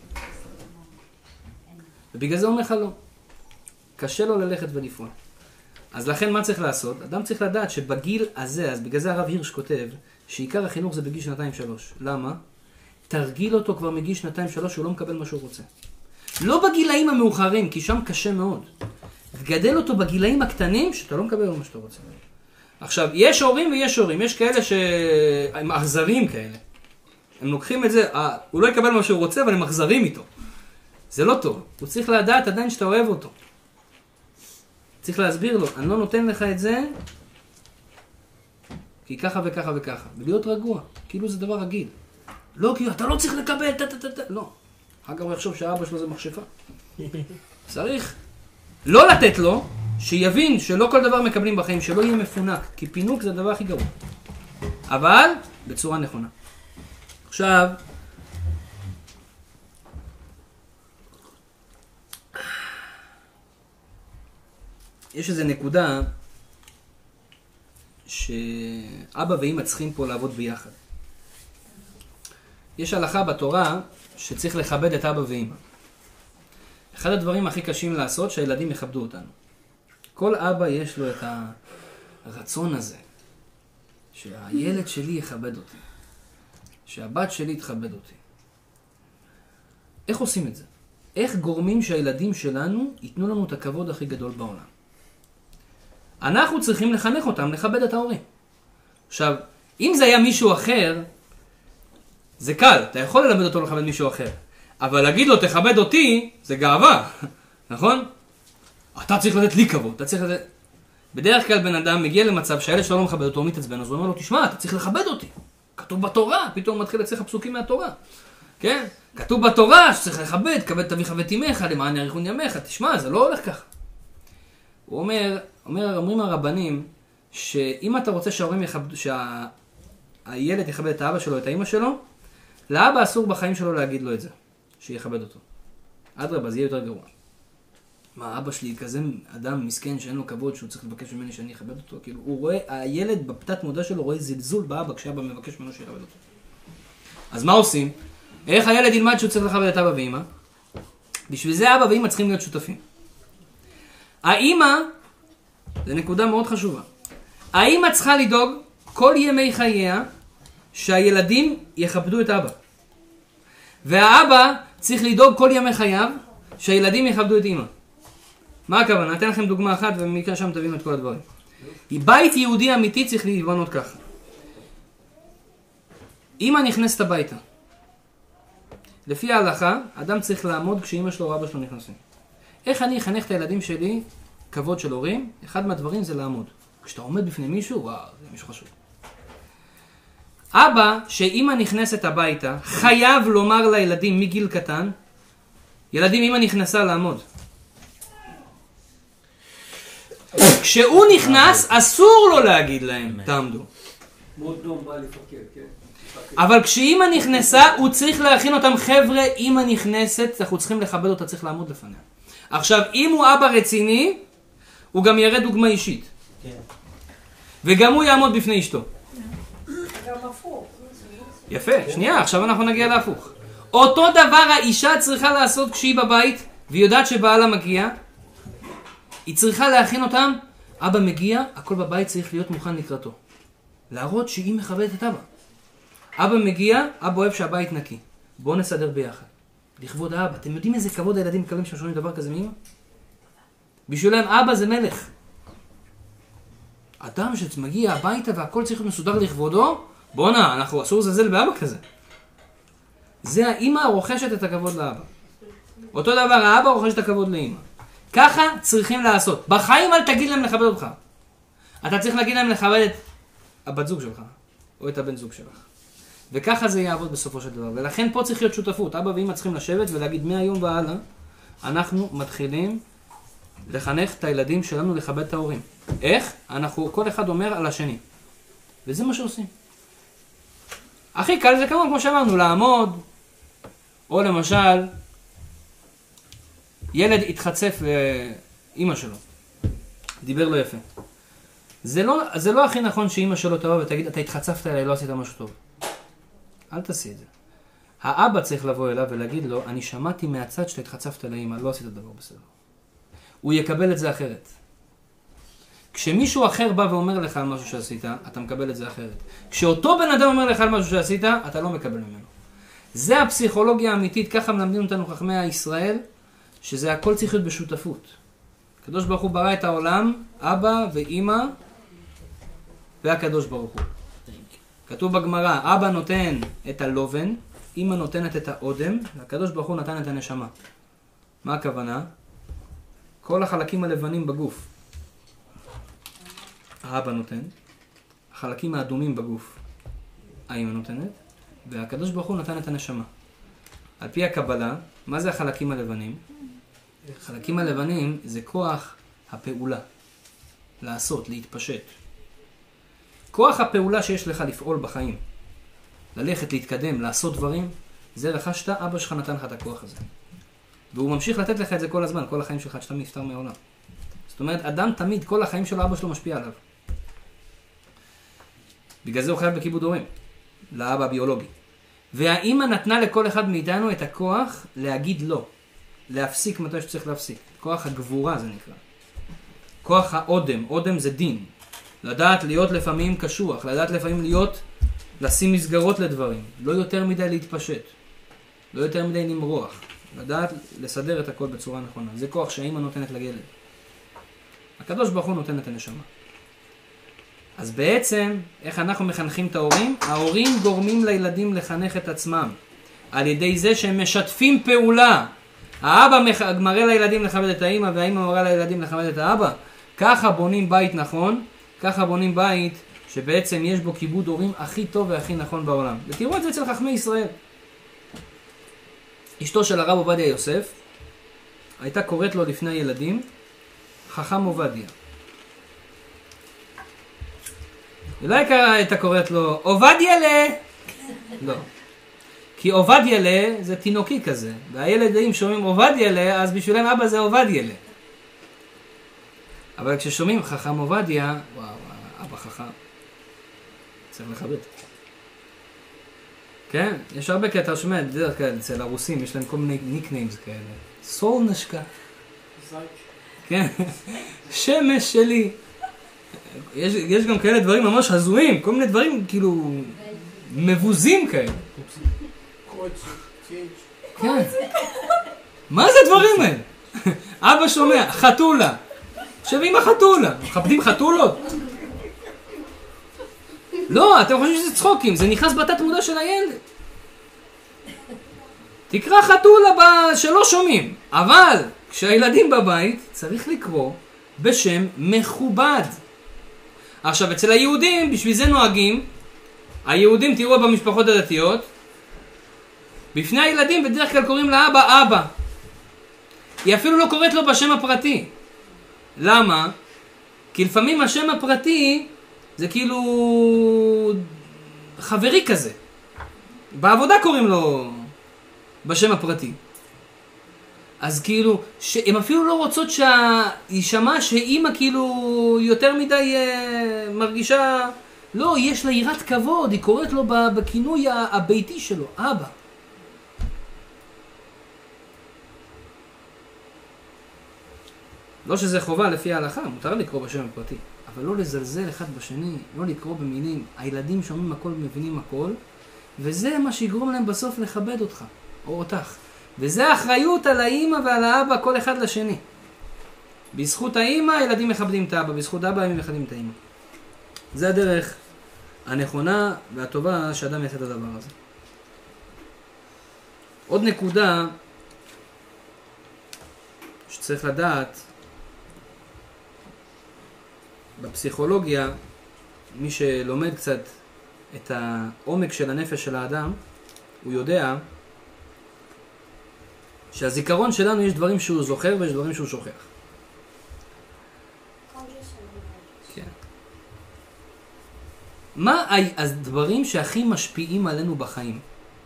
ובגלל זה הוא אומר לך לא. קשה לו ללכת ולפעול. אז לכן מה צריך לעשות? אדם צריך לדעת שבגיל הזה, אז בגלל זה הרב הירש כותב, שעיקר החינוך זה בגיל 2-3. למה? תרגיל אותו כבר מגיל 2-3 שהוא לא מקבל מה שהוא רוצה. לא בגילאים המאוחרים, כי שם קשה מאוד. תגדל אותו בגילאים הקטנים שאתה לא מקבל מה שאתה רוצה. עכשיו, יש הורים ויש הורים. יש כאלה שהם אכזרים כאלה. הם לוקחים את זה, הוא לא יקבל מה שהוא רוצה, אבל הם אכזרים איתו. זה לא טוב. הוא צריך לדעת עדיין שאתה אוהב אותו. צריך להסביר לו, אני לא נותן לך את זה, כי ככה וככה וככה. ולהיות רגוע, כאילו זה דבר רגיל. לא, כי אתה לא צריך לקבל, לא. אחר כך הוא יחשוב שהאבא שלו זה מכשפה. צריך לא לתת לו, שיבין שלא כל דבר מקבלים בחיים, שלא יהיה מפונק, כי פינוק זה הדבר הכי גרוע. אבל בצורה נכונה. עכשיו, יש איזו נקודה שאבא ואמא צריכים פה לעבוד ביחד. יש הלכה בתורה שצריך לכבד את אבא ואמא. אחד הדברים הכי קשים לעשות שהילדים יכבדו אותנו. כל אבא יש לו את הרצון הזה, שהילד שלי יכבד אותי, שהבת שלי תכבד אותי. איך עושים את זה? איך גורמים שהילדים שלנו ייתנו לנו את הכבוד הכי גדול בעולם? אנחנו צריכים לחנך אותם, לכבד את ההורים. עכשיו, אם זה היה מישהו אחר, זה קל, אתה יכול ללמד אותו לכבד מישהו אחר. אבל להגיד לו, תכבד אותי, זה גאווה, נכון? אתה צריך לתת לי כבוד, אתה צריך לתת... בדרך כלל בן אדם מגיע למצב שהילד שלו לא מכבד אותו, הוא מתעצבן, אז הוא אומר לו, תשמע, אתה צריך לכבד אותי. כתוב בתורה, פתאום מתחיל לצריך הפסוקים מהתורה. כן? כתוב בתורה שצריך לכבד, כבד את אביך ואת אמך, למען יאריכון ימיך. תשמע, זה לא הולך ככה. הוא אומרים הרבנים, שאם אתה רוצה שהילד יכבד את האבא שלו, את האמא שלו, לאבא אסור בחיים שלו להגיד לו את זה, שיכבד אותו. אדרבה, זה יהיה יותר גרוע. מה, אבא שלי כזה אדם מסכן שאין לו כבוד, שהוא צריך לבקש ממני שאני אכבד אותו? כאילו, הוא רואה, הילד בפתת מודע שלו רואה זלזול באבא, כשאבא מבקש ממנו שיכבד אותו. אז מה עושים? איך הילד ילמד שהוא צריך לכבד את אבא ואמא? בשביל זה אבא ואמא צריכים להיות שותפים. האמא, זו נקודה מאוד חשובה. האמא צריכה לדאוג כל ימי חייה שהילדים יכבדו את אבא. והאבא צריך לדאוג כל ימי חייו שהילדים יכבדו את אמא. מה הכוונה? אתן לכם דוגמה אחת ומכאן שם תבינו את כל הדברים. בית יהודי אמיתי צריך להיבנות ככה. אמא נכנסת הביתה. לפי ההלכה, אדם צריך לעמוד כשאמא שלו או אבא שלו נכנסים. איך אני אחנך את הילדים שלי כבוד של הורים? אחד מהדברים זה לעמוד. כשאתה עומד בפני מישהו, וואו, זה מישהו חשוב. אבא, שאמא נכנסת הביתה, חייב לומר לילדים מגיל קטן, ילדים, אמא נכנסה לעמוד. כשהוא נכנס, אסור לו להגיד להם, תעמדו. אבל כשאמא נכנסה, הוא צריך להכין אותם, חבר'ה, אמא נכנסת, אנחנו צריכים לכבד אותה, צריך לעמוד לפניה. עכשיו, אם הוא אבא רציני, הוא גם יראה דוגמה אישית. וגם הוא יעמוד בפני אשתו. גם הפוך. יפה, שנייה, עכשיו אנחנו נגיע להפוך. אותו דבר האישה צריכה לעשות כשהיא בבית, והיא יודעת שבעלה מגיע, היא צריכה להכין אותם, אבא מגיע, הכל בבית צריך להיות מוכן לקראתו. להראות שהיא מכבדת את אבא. אבא מגיע, אבא אוהב שהבית נקי. בואו נסדר ביחד. לכבוד האבא. אתם יודעים איזה כבוד הילדים מקבלים שהם שומעים דבר כזה מאמא? בשבילם אבא זה מלך. אדם שמגיע הביתה והכל צריך להיות מסודר לכבודו, בוא'נה, אנחנו אסור לזלזל באבא כזה. זה האמא רוכשת את הכבוד לאבא. אותו דבר, האבא רוכש את הכבוד לאמא. ככה צריכים לעשות. בחיים אל תגיד להם לכבד אותך. אתה צריך להגיד להם לכבד את הבת זוג שלך, או את הבן זוג שלך. וככה זה יעבוד בסופו של דבר. ולכן פה צריך להיות שותפות. אבא ואמא צריכים לשבת ולהגיד מהיום והלאה, אנחנו מתחילים לחנך את הילדים שלנו לכבד את ההורים. איך? אנחנו, כל אחד אומר על השני. וזה מה שעושים. הכי קל זה כמו שאמרנו, לעמוד, או למשל, ילד התחצף לאמא שלו. דיבר לו יפה. זה לא הכי נכון שאמא שלו תבוא ותגיד, אתה התחצפת אליי, לא עשית משהו טוב. אל תעשי את זה. האבא צריך לבוא אליו ולהגיד לו, אני שמעתי מהצד שאתה התחצפת לאמא, לא עשית דבר בסדר. הוא יקבל את זה אחרת. כשמישהו אחר בא ואומר לך על משהו שעשית, אתה מקבל את זה אחרת. כשאותו בן אדם אומר לך על משהו שעשית, אתה לא מקבל ממנו. זה הפסיכולוגיה האמיתית, ככה מלמדים אותנו חכמי ישראל, שזה הכל צריך להיות בשותפות. הקדוש ברוך הוא ברא את העולם, אבא ואמא והקדוש ברוך הוא. כתוב בגמרא, אבא נותן את הלובן, אמא נותנת את האודם, והקדוש ברוך הוא נתן את הנשמה. מה הכוונה? כל החלקים הלבנים בגוף. האבא נותן, החלקים האדומים בגוף, האמא נותנת, והקדוש ברוך הוא נתן את הנשמה. על פי הקבלה, מה זה החלקים הלבנים? החלקים הלבנים זה כוח הפעולה. לעשות, להתפשט. כוח הפעולה שיש לך לפעול בחיים, ללכת, להתקדם, לעשות דברים, זה רכשת, אבא שלך נתן לך את הכוח הזה. והוא ממשיך לתת לך את זה כל הזמן, כל החיים שלך, שאתה נפטר מהעולם. זאת אומרת, אדם תמיד, כל החיים שלו, אבא שלו משפיע עליו. בגלל זה הוא חייב בכיבוד הורים, לאבא הביולוגי. והאמא נתנה לכל אחד מאיתנו את הכוח להגיד לא, להפסיק מתי שצריך להפסיק. כוח הגבורה זה נקרא. כוח האודם, אודם זה דין. לדעת להיות לפעמים קשוח, לדעת לפעמים לשים מסגרות לדברים, לא יותר מדי להתפשט, לא יותר מדי למרוח, לדעת לסדר את הכל בצורה נכונה. זה כוח שהאמא נותנת לילד. הקדוש ברוך הוא נותן את הנשמה. אז בעצם, איך אנחנו מחנכים את ההורים? ההורים גורמים לילדים לחנך את עצמם, על ידי זה שהם משתפים פעולה. האבא מראה לילדים לכבד את האמא, והאמא מראה לילדים לכבד את האבא. ככה בונים בית נכון, ככה בונים בית שבעצם יש בו כיבוד הורים הכי טוב והכי נכון בעולם. ותראו את זה אצל חכמי ישראל. אשתו של הרב עובדיה יוסף הייתה קוראת לו לפני הילדים חכם עובדיה. ולא הייתה קוראת לו עובדיה לה. לא. כי עובדיה לה זה תינוקי כזה. והילדים שומעים עובדיה לה, אז בשבילם אבא זה עובדיה לה. אבל כששומעים חכם עובדיה, וואו, אבא חכם. צריך לכבד. כן? יש הרבה כאלה, אתה שומע, דרך כלל, אצל הרוסים, יש להם כל מיני ניקניימס כאלה. סולנשקה. כן? שמש שלי. יש גם כאלה דברים ממש הזויים, כל מיני דברים כאילו מבוזים כאלה. כן. מה זה הדברים האלה? אבא שומע, חתולה. עכשיו עם החתולה, מכבדים חתולות? לא, אתם חושבים שזה צחוקים, זה נכנס בתת מודע של הילד. תקרא חתולה שלא שומעים, אבל כשהילדים בבית צריך לקרוא בשם מכובד. עכשיו אצל היהודים, בשביל זה נוהגים, היהודים תראו במשפחות הדתיות, בפני הילדים בדרך כלל קוראים לאבא אבא. היא אפילו לא קוראת לו בשם הפרטי. למה? כי לפעמים השם הפרטי זה כאילו חברי כזה. בעבודה קוראים לו בשם הפרטי. אז כאילו, הם אפילו לא רוצות שישמע שאימא כאילו יותר מדי מרגישה, לא, יש לה יראת כבוד, היא קוראת לו בכינוי הביתי שלו, אבא. לא שזה חובה לפי ההלכה, מותר לקרוא בשם הפרטי, אבל לא לזלזל אחד בשני, לא לקרוא במילים. הילדים שומעים הכל, מבינים הכל, וזה מה שיגרום להם בסוף לכבד אותך, או אותך. וזה האחריות על האמא ועל האבא, כל אחד לשני. בזכות האמא, ילדים מכבדים את האבא, בזכות האבא, הם מכבדים את האמא. זה הדרך הנכונה והטובה שאדם יעשה את הדבר הזה. עוד נקודה שצריך לדעת, בפסיכולוגיה, מי שלומד קצת את העומק של הנפש של האדם, הוא יודע שהזיכרון שלנו יש דברים שהוא זוכר ויש דברים שהוא שוכח. כן. מה הדברים שהכי משפיעים עלינו בחיים?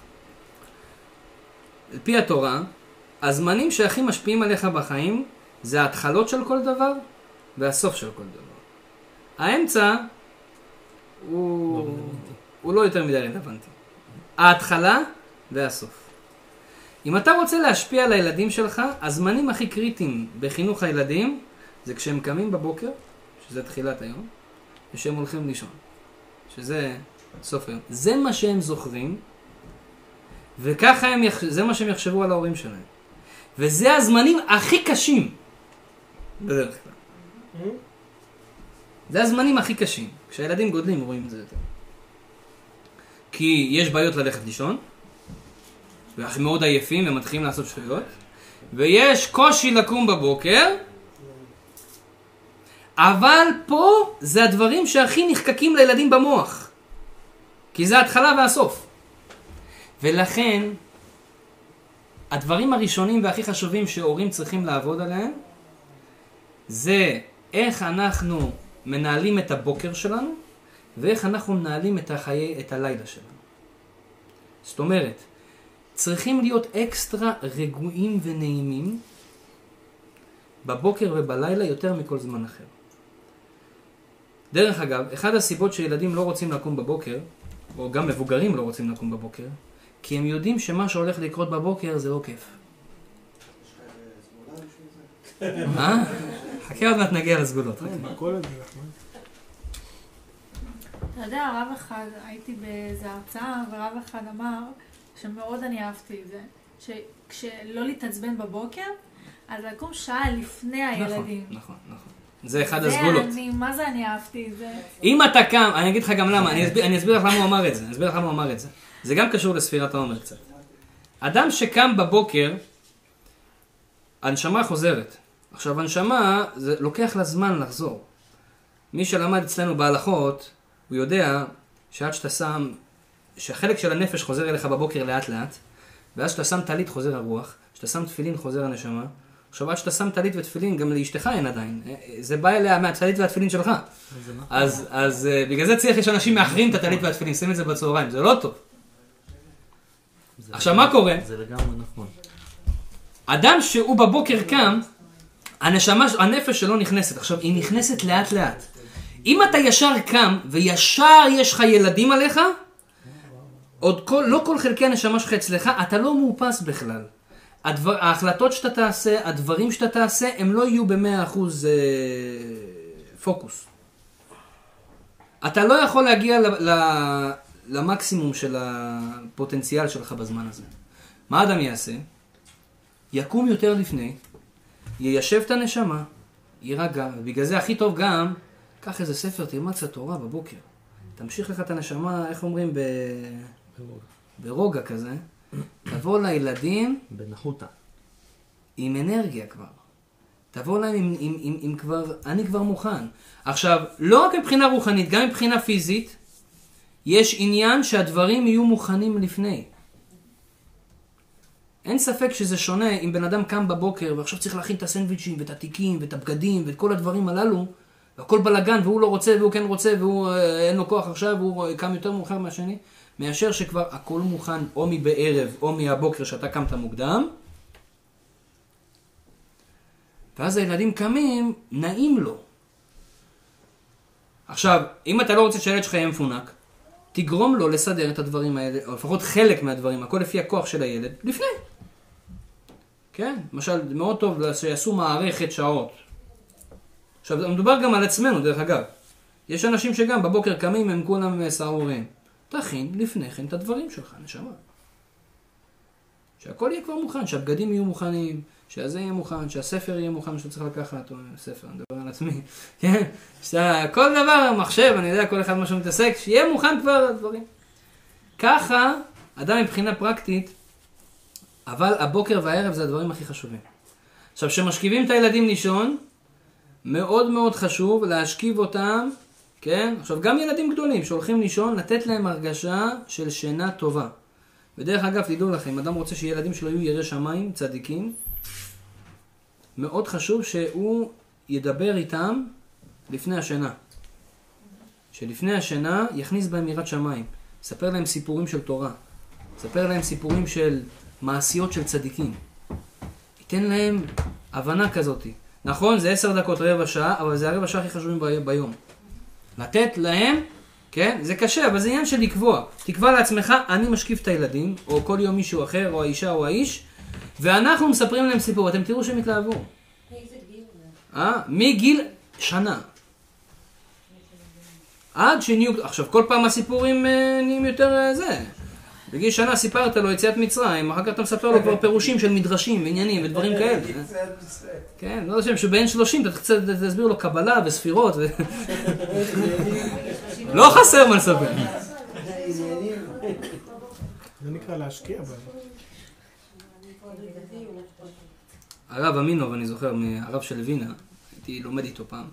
על פי התורה, הזמנים שהכי משפיעים עליך בחיים זה ההתחלות של כל דבר והסוף של כל דבר. האמצע הוא לא יותר מדי רלוונטי. ההתחלה והסוף. אם אתה רוצה להשפיע על הילדים שלך, הזמנים הכי קריטיים בחינוך הילדים זה כשהם קמים בבוקר, שזה תחילת היום, ושהם הולכים לישון, שזה סוף היום. זה מה שהם זוכרים, וככה זה מה שהם יחשבו על ההורים שלהם. וזה הזמנים הכי קשים, בדרך כלל. זה הזמנים הכי קשים. כשהילדים גודלים רואים את זה יותר. כי יש בעיות ללכת לישון, ואנחנו מאוד עייפים ומתחילים לעשות שטויות, ויש קושי לקום בבוקר, אבל פה זה הדברים שהכי נחקקים לילדים במוח. כי זה ההתחלה והסוף. ולכן, הדברים הראשונים והכי חשובים שהורים צריכים לעבוד עליהם, זה איך אנחנו מנהלים את הבוקר שלנו, ואיך אנחנו מנהלים את הלילה שלנו. זאת אומרת, צריכים להיות אקסטרה רגועים ונעימים בבוקר ובלילה יותר מכל זמן אחר. דרך אגב, אחד הסיבות שילדים לא רוצים לקום בבוקר, או גם מבוגרים לא רוצים לקום בבוקר, כי הם יודעים שמה שהולך לקרות בבוקר זה לא כיף. חכה עוד מעט נגיע לסגולות. אתה יודע, רב אחד, הייתי באיזו הרצאה, ורב אחד אמר שמאוד אני אהבתי את זה, שכשלא להתעצבן בבוקר, אז לקום שעה לפני הילדים. נכון. זה אחד הסגולות. מה זה אני אהבתי את זה? אם אתה קם, אני אגיד לך גם למה, אני אסביר לך למה הוא אמר את זה. זה גם קשור לספירת העומר קצת. אדם שקם בבוקר, הנשמה חוזרת. עכשיו, הנשמה, זה לוקח לה זמן לחזור. מי שלמד אצלנו בהלכות, הוא יודע שעד שאתה שם, שהחלק של הנפש חוזר אליך בבוקר לאט לאט, ואז שאתה שם טלית חוזר הרוח, שאתה שם תפילין חוזר הנשמה, עכשיו עד שאתה שם טלית ותפילין, גם לאשתך אין עדיין. זה בא אליה מהטלית והתפילין שלך. אז בגלל זה צריך, יש אנשים מאחרים את הטלית והתפילין, שים את זה בצהריים, זה לא טוב. עכשיו מה קורה? זה לגמרי נכון. אדם שהוא בבוקר קם, הנפש שלו נכנסת. עכשיו, היא נכנסת לאט לאט. אם אתה ישר קם, וישר יש לך ילדים עליך, לא כל חלקי הנשמה שלך אצלך, אתה לא מאופס בכלל. ההחלטות שאתה תעשה, הדברים שאתה תעשה, הם לא יהיו ב100% פוקוס. אתה לא יכול להגיע למקסימום של הפוטנציאל שלך בזמן הזה. מה אדם יעשה? יקום יותר לפני, יישב את הנשמה, יירגע, ובגלל זה הכי טוב גם, קח איזה ספר, תלמד קצת תורה בבוקר. תמשיך לך את הנשמה, איך אומרים, ברוגע כזה. תבוא לילדים בנחותה. עם אנרגיה כבר. תבוא להם עם כבר, אני כבר מוכן. עכשיו, לא רק מבחינה רוחנית, גם מבחינה פיזית, יש עניין שהדברים יהיו מוכנים לפני. אין ספק שזה שונה אם בן אדם קם בבוקר ועכשיו צריך להכין את הסנדוויצ'ים ואת התיקים ואת הבגדים ואת כל הדברים הללו, והכל בלגן והוא לא רוצה והוא כן רוצה והוא אין לו כוח עכשיו והוא קם יותר מאוחר מהשני, מאשר שכבר הכל מוכן או מבערב או מהבוקר שאתה קמת מוקדם, ואז הילדים קמים, נעים לו. עכשיו, אם אתה לא רוצה שהילד שלך יהיה מפונק, תגרום לו לסדר את הדברים האלה, או לפחות חלק מהדברים, הכל לפי הכוח של הילד, לפני. כן? למשל, מאוד טוב שיעשו מערכת שעות. עכשיו, מדובר גם על עצמנו, דרך אגב. יש אנשים שגם בבוקר קמים, הם כולם סערורים. תכין לפני כן את הדברים שלך, נשמה. שהכל יהיה כבר מוכן, שהבגדים יהיו מוכנים, שהזה יהיה מוכן, שהספר יהיה מוכן, שאתה צריך לקחת, או ספר, אני מדבר על עצמי, כן? כל דבר, מחשב, אני יודע, כל אחד משהו מתעסק, שיהיה מוכן כבר הדברים. ככה, אדם מבחינה פרקטית, אבל הבוקר והערב זה הדברים הכי חשובים. עכשיו, כשמשכיבים את הילדים לישון, מאוד מאוד חשוב להשכיב אותם כן? עכשיו, גם ילדים גדולים שהולכים לישון, לתת להם הרגשה של שינה טובה. ודרך אגב, תדעו לכם, אם אדם רוצה שילדים שלו יהיו יראי שמיים, צדיקים, מאוד חשוב שהוא ידבר איתם לפני השינה. שלפני השינה יכניס בהם יראת שמיים. ספר להם סיפורים של תורה. ספר להם סיפורים של מעשיות של צדיקים. ייתן להם הבנה כזאת. נכון, זה 10 דקות, רבע שעה, אבל זה הרבע שעה הכי חשובים ביום. לתת להם, כן? זה קשה, אבל זה עניין של לקבוע. תקבע לעצמך, אני משקיף את הילדים, או כל יום מישהו אחר, או האישה או האיש, ואנחנו מספרים להם סיפור. אתם תראו שהם יתלהבו. איזה גיל זה? מגיל שנה. עד שנהיו, עכשיו כל פעם הסיפורים נהיים יותר זה. בגיל שנה סיפרת לו יציאת מצרים, אחר כך אתה מספר לו כבר פירושים של מדרשים ועניינים ודברים כאלה. כן, לא יודע שבין 30 אתה קצת תסביר לו קבלה וספירות. לא חסר מה לספר. זה נקרא להשקיע בהם. הרב אמינוב, אני זוכר, מהרב של וינה, הייתי לומד איתו פעם.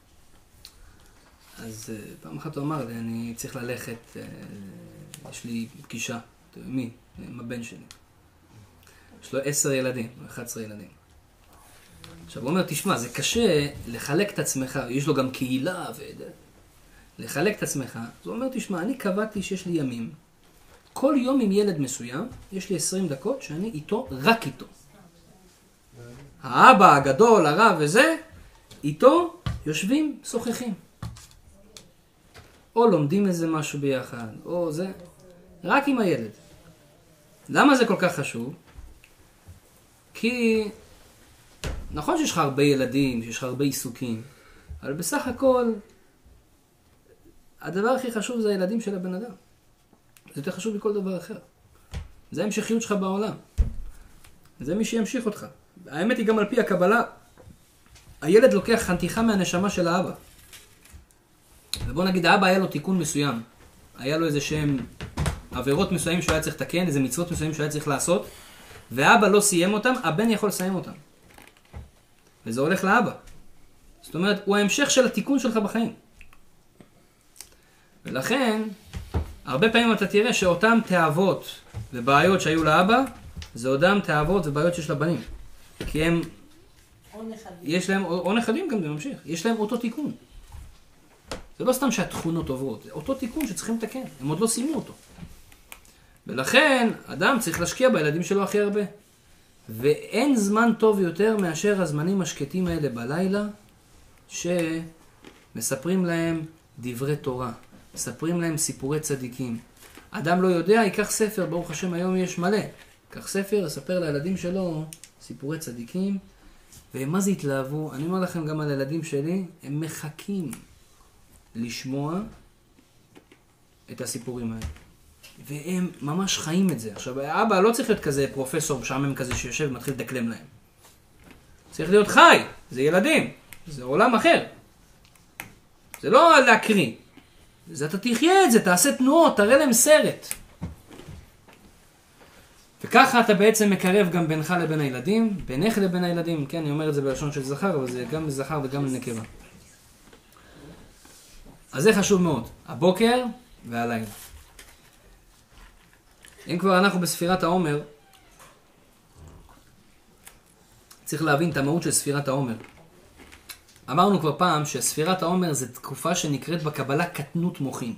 אז פעם אחת הוא אמר לי, אני צריך ללכת, יש לי פגישה, מי? עם הבן שלי. יש לו 10 ילדים, 11 ילדים. עכשיו הוא אומר, תשמע, זה קשה לחלק את עצמך, יש לו גם קהילה, לחלק את עצמך. אז הוא אומר, תשמע, אני קבעתי שיש לי ימים. כל יום עם ילד מסוים, יש לי 20 דקות שאני איתו, רק איתו. האבא הגדול, הרב וזה, איתו יושבים, שוחחים. או לומדים איזה משהו ביחד, או זה, רק עם הילד. למה זה כל כך חשוב? כי נכון שיש לך הרבה ילדים, שיש לך הרבה עיסוקים, אבל בסך הכל, הדבר הכי חשוב זה הילדים של הבן אדם. זה יותר חשוב מכל דבר אחר. זה ההמשכיות שלך בעולם. זה מי שימשיך אותך. האמת היא גם על פי הקבלה, הילד לוקח חתיכה מהנשמה של האבא. ובוא נגיד, האבא היה לו תיקון מסוים. היה לו איזה שהם עבירות מסוימים שהוא היה צריך לתקן, איזה מצוות מסוימים שהוא היה צריך לעשות, והאבא לא סיים אותם, הבן יכול לסיים אותם. וזה הולך לאבא. זאת אומרת, הוא ההמשך של התיקון שלך בחיים. ולכן, הרבה פעמים אתה תראה שאותם תאוות ובעיות שהיו לאבא, זה אותם תאוות ובעיות שיש לבנים. כי הם, יש להם, או נכדים גם זה ממשיך, יש להם אותו תיקון. זה לא סתם שהתכונות עוברות, זה אותו תיקון שצריכים לתקן, הם עוד לא סיימו אותו. ולכן, אדם צריך להשקיע בילדים שלו הכי הרבה. ואין זמן טוב יותר מאשר הזמנים השקטים האלה בלילה, שמספרים להם דברי תורה, מספרים להם סיפורי צדיקים. אדם לא יודע, ייקח ספר, ברוך השם היום יש מלא. ייקח ספר, יספר לילדים שלו סיפורי צדיקים, ומה זה התלהבו? אני אומר לכם גם על הילדים שלי, הם מחכים לשמוע את הסיפורים האלה. והם ממש חיים את זה. עכשיו, האבא לא צריך להיות כזה פרופסור משעמם כזה שיושב ומתחיל לדקלם להם. צריך להיות חי, זה ילדים, זה עולם אחר. זה לא להקריא. זה אתה תחיה את זה, תעשה תנועות, תראה להם סרט. וככה אתה בעצם מקרב גם בינך לבין הילדים, בינך לבין הילדים, כן, אני אומר את זה בלשון של זכר, אבל זה גם לזכר וגם לנקבה. אז זה חשוב מאוד, הבוקר והלילה. אם כבר אנחנו בספירת העומר, צריך להבין את המהות של ספירת העומר. אמרנו כבר פעם שספירת העומר זה תקופה שנקראת בקבלה קטנות מוחין.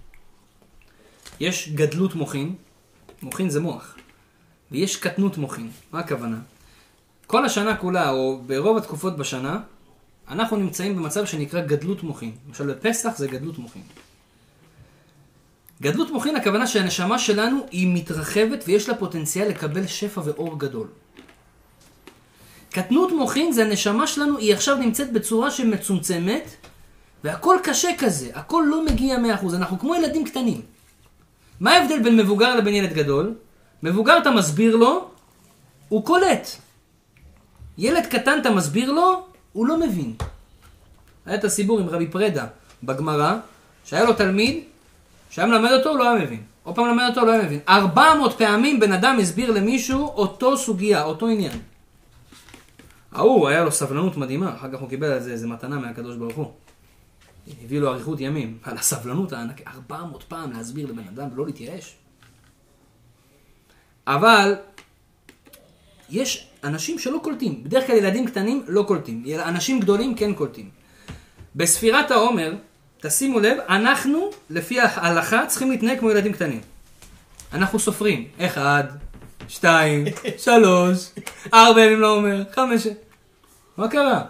יש גדלות מוחין, מוחין זה מוח, ויש קטנות מוחין. מה הכוונה? כל השנה כולה, או ברוב התקופות בשנה, אנחנו נמצאים במצב שנקרא גדלות מוחין. למשל בפסח זה גדלות מוחין. גדלות מוחין, הכוונה שהנשמה שלנו היא מתרחבת ויש לה פוטנציאל לקבל שפע ואור גדול. קטנות מוחין זה הנשמה שלנו, היא עכשיו נמצאת בצורה שמצומצמת, והכל קשה כזה, הכל לא מגיע 100%, אנחנו כמו ילדים קטנים. מה ההבדל בין מבוגר לבין ילד גדול? מבוגר אתה מסביר לו, הוא קולט. ילד קטן אתה מסביר לו, הוא לא מבין. היה את הסיפור עם רבי פרדה בגמרא, שהיה לו תלמיד, שהיה מלמד אותו, הוא לא היה מבין. עוד פעם מלמד אותו, הוא לא היה מבין. 400 פעמים בן אדם הסביר למישהו אותו סוגיה, אותו עניין. היה לו סבלנות מדהימה, אחר כך הוא קיבל על זה איזה מתנה מהקדוש ברוך הוא. הביא לו אריכות ימים, על הסבלנות הענק, 400 פעם להסביר לבן אדם ולא להתייאש. אבל יש אנשים שלא קולטים, בדרך כלל ילדים קטנים לא קולטים, אנשים גדולים כן קולטים. בספירת העומר, תשימו לב, אנחנו לפי ההלכה צריכים להתנהג כמו ילדים קטנים. אנחנו סופרים, 1, 2, 3, 4 ימים לעומר, 5. מה קרה?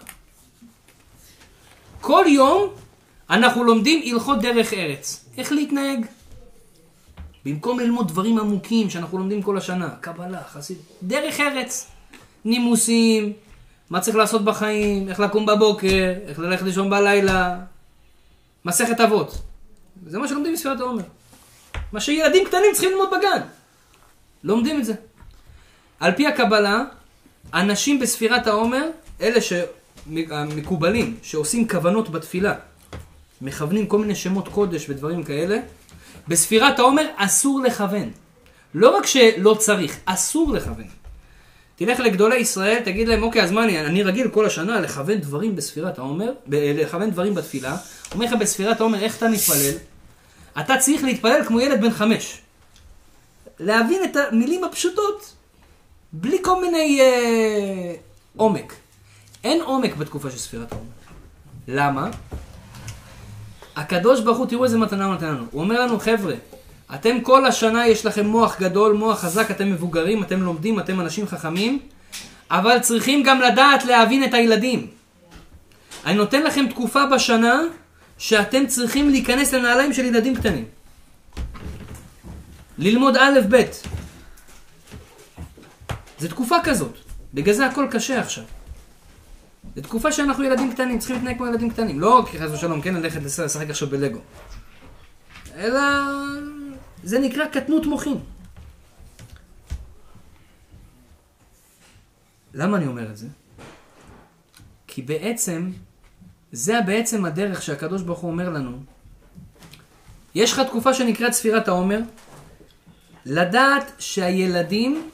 כל יום אנחנו לומדים הלכות דרך ארץ. איך להתנהג? במקום ללמוד דברים עמוקים שאנחנו לומדים כל השנה, קבלה, חסיד, דרך ארץ. נימוסים, מה צריך לעשות בחיים, איך לקום בבוקר, איך ללכת לישון בלילה. מסכת אבות. זה מה שלומדים בספירת העומר. מה שילדים קטנים צריכים ללמוד בגן. לומדים את זה. על פי הקבלה, אנשים בספירת העומר, אלה שמקובלים, שעושים כוונות בתפילה, מכוונים כל מיני שמות קודש ודברים כאלה, בספירת העומר אסור לכוון. לא רק שלא צריך, אסור לכוון. תלך לגדולי ישראל, תגיד להם, אוקיי, אז מה אני רגיל כל השנה לכוון דברים בספירת העומר, לכוון דברים בתפילה. אומר לך בספירת העומר, איך אתה מתפלל? אתה צריך להתפלל כמו ילד בן 5. להבין את המילים הפשוטות, בלי כל מיני עומק. אין עומק בתקופה של ספירת העומר. למה? הקדוש ברוך הוא, תראו איזה מתנה נותן לנו. הוא אומר לנו, חבר'ה, אתם כל השנה יש לכם מוח גדול, מוח חזק, אתם מבוגרים, אתם לומדים, אתם אנשים חכמים, אבל צריכים גם לדעת להבין את הילדים. אני נותן לכם תקופה בשנה שאתם צריכים להיכנס לנעליים של ילדים קטנים. ללמוד א' ב'. זו תקופה כזאת. בגלל זה הכל קשה עכשיו. זו תקופה שאנחנו ילדים קטנים, צריכים להתנהג כמו ילדים קטנים. לא כחס ושלום, כן ללכת לשחק עכשיו בלגו. אלא זה נקרא קטנות מוחין. למה אני אומר את זה? כי בעצם, זה בעצם הדרך שהקדוש ברוך הוא אומר לנו. יש לך תקופה שנקראת ספירת העומר, לדעת שהילדים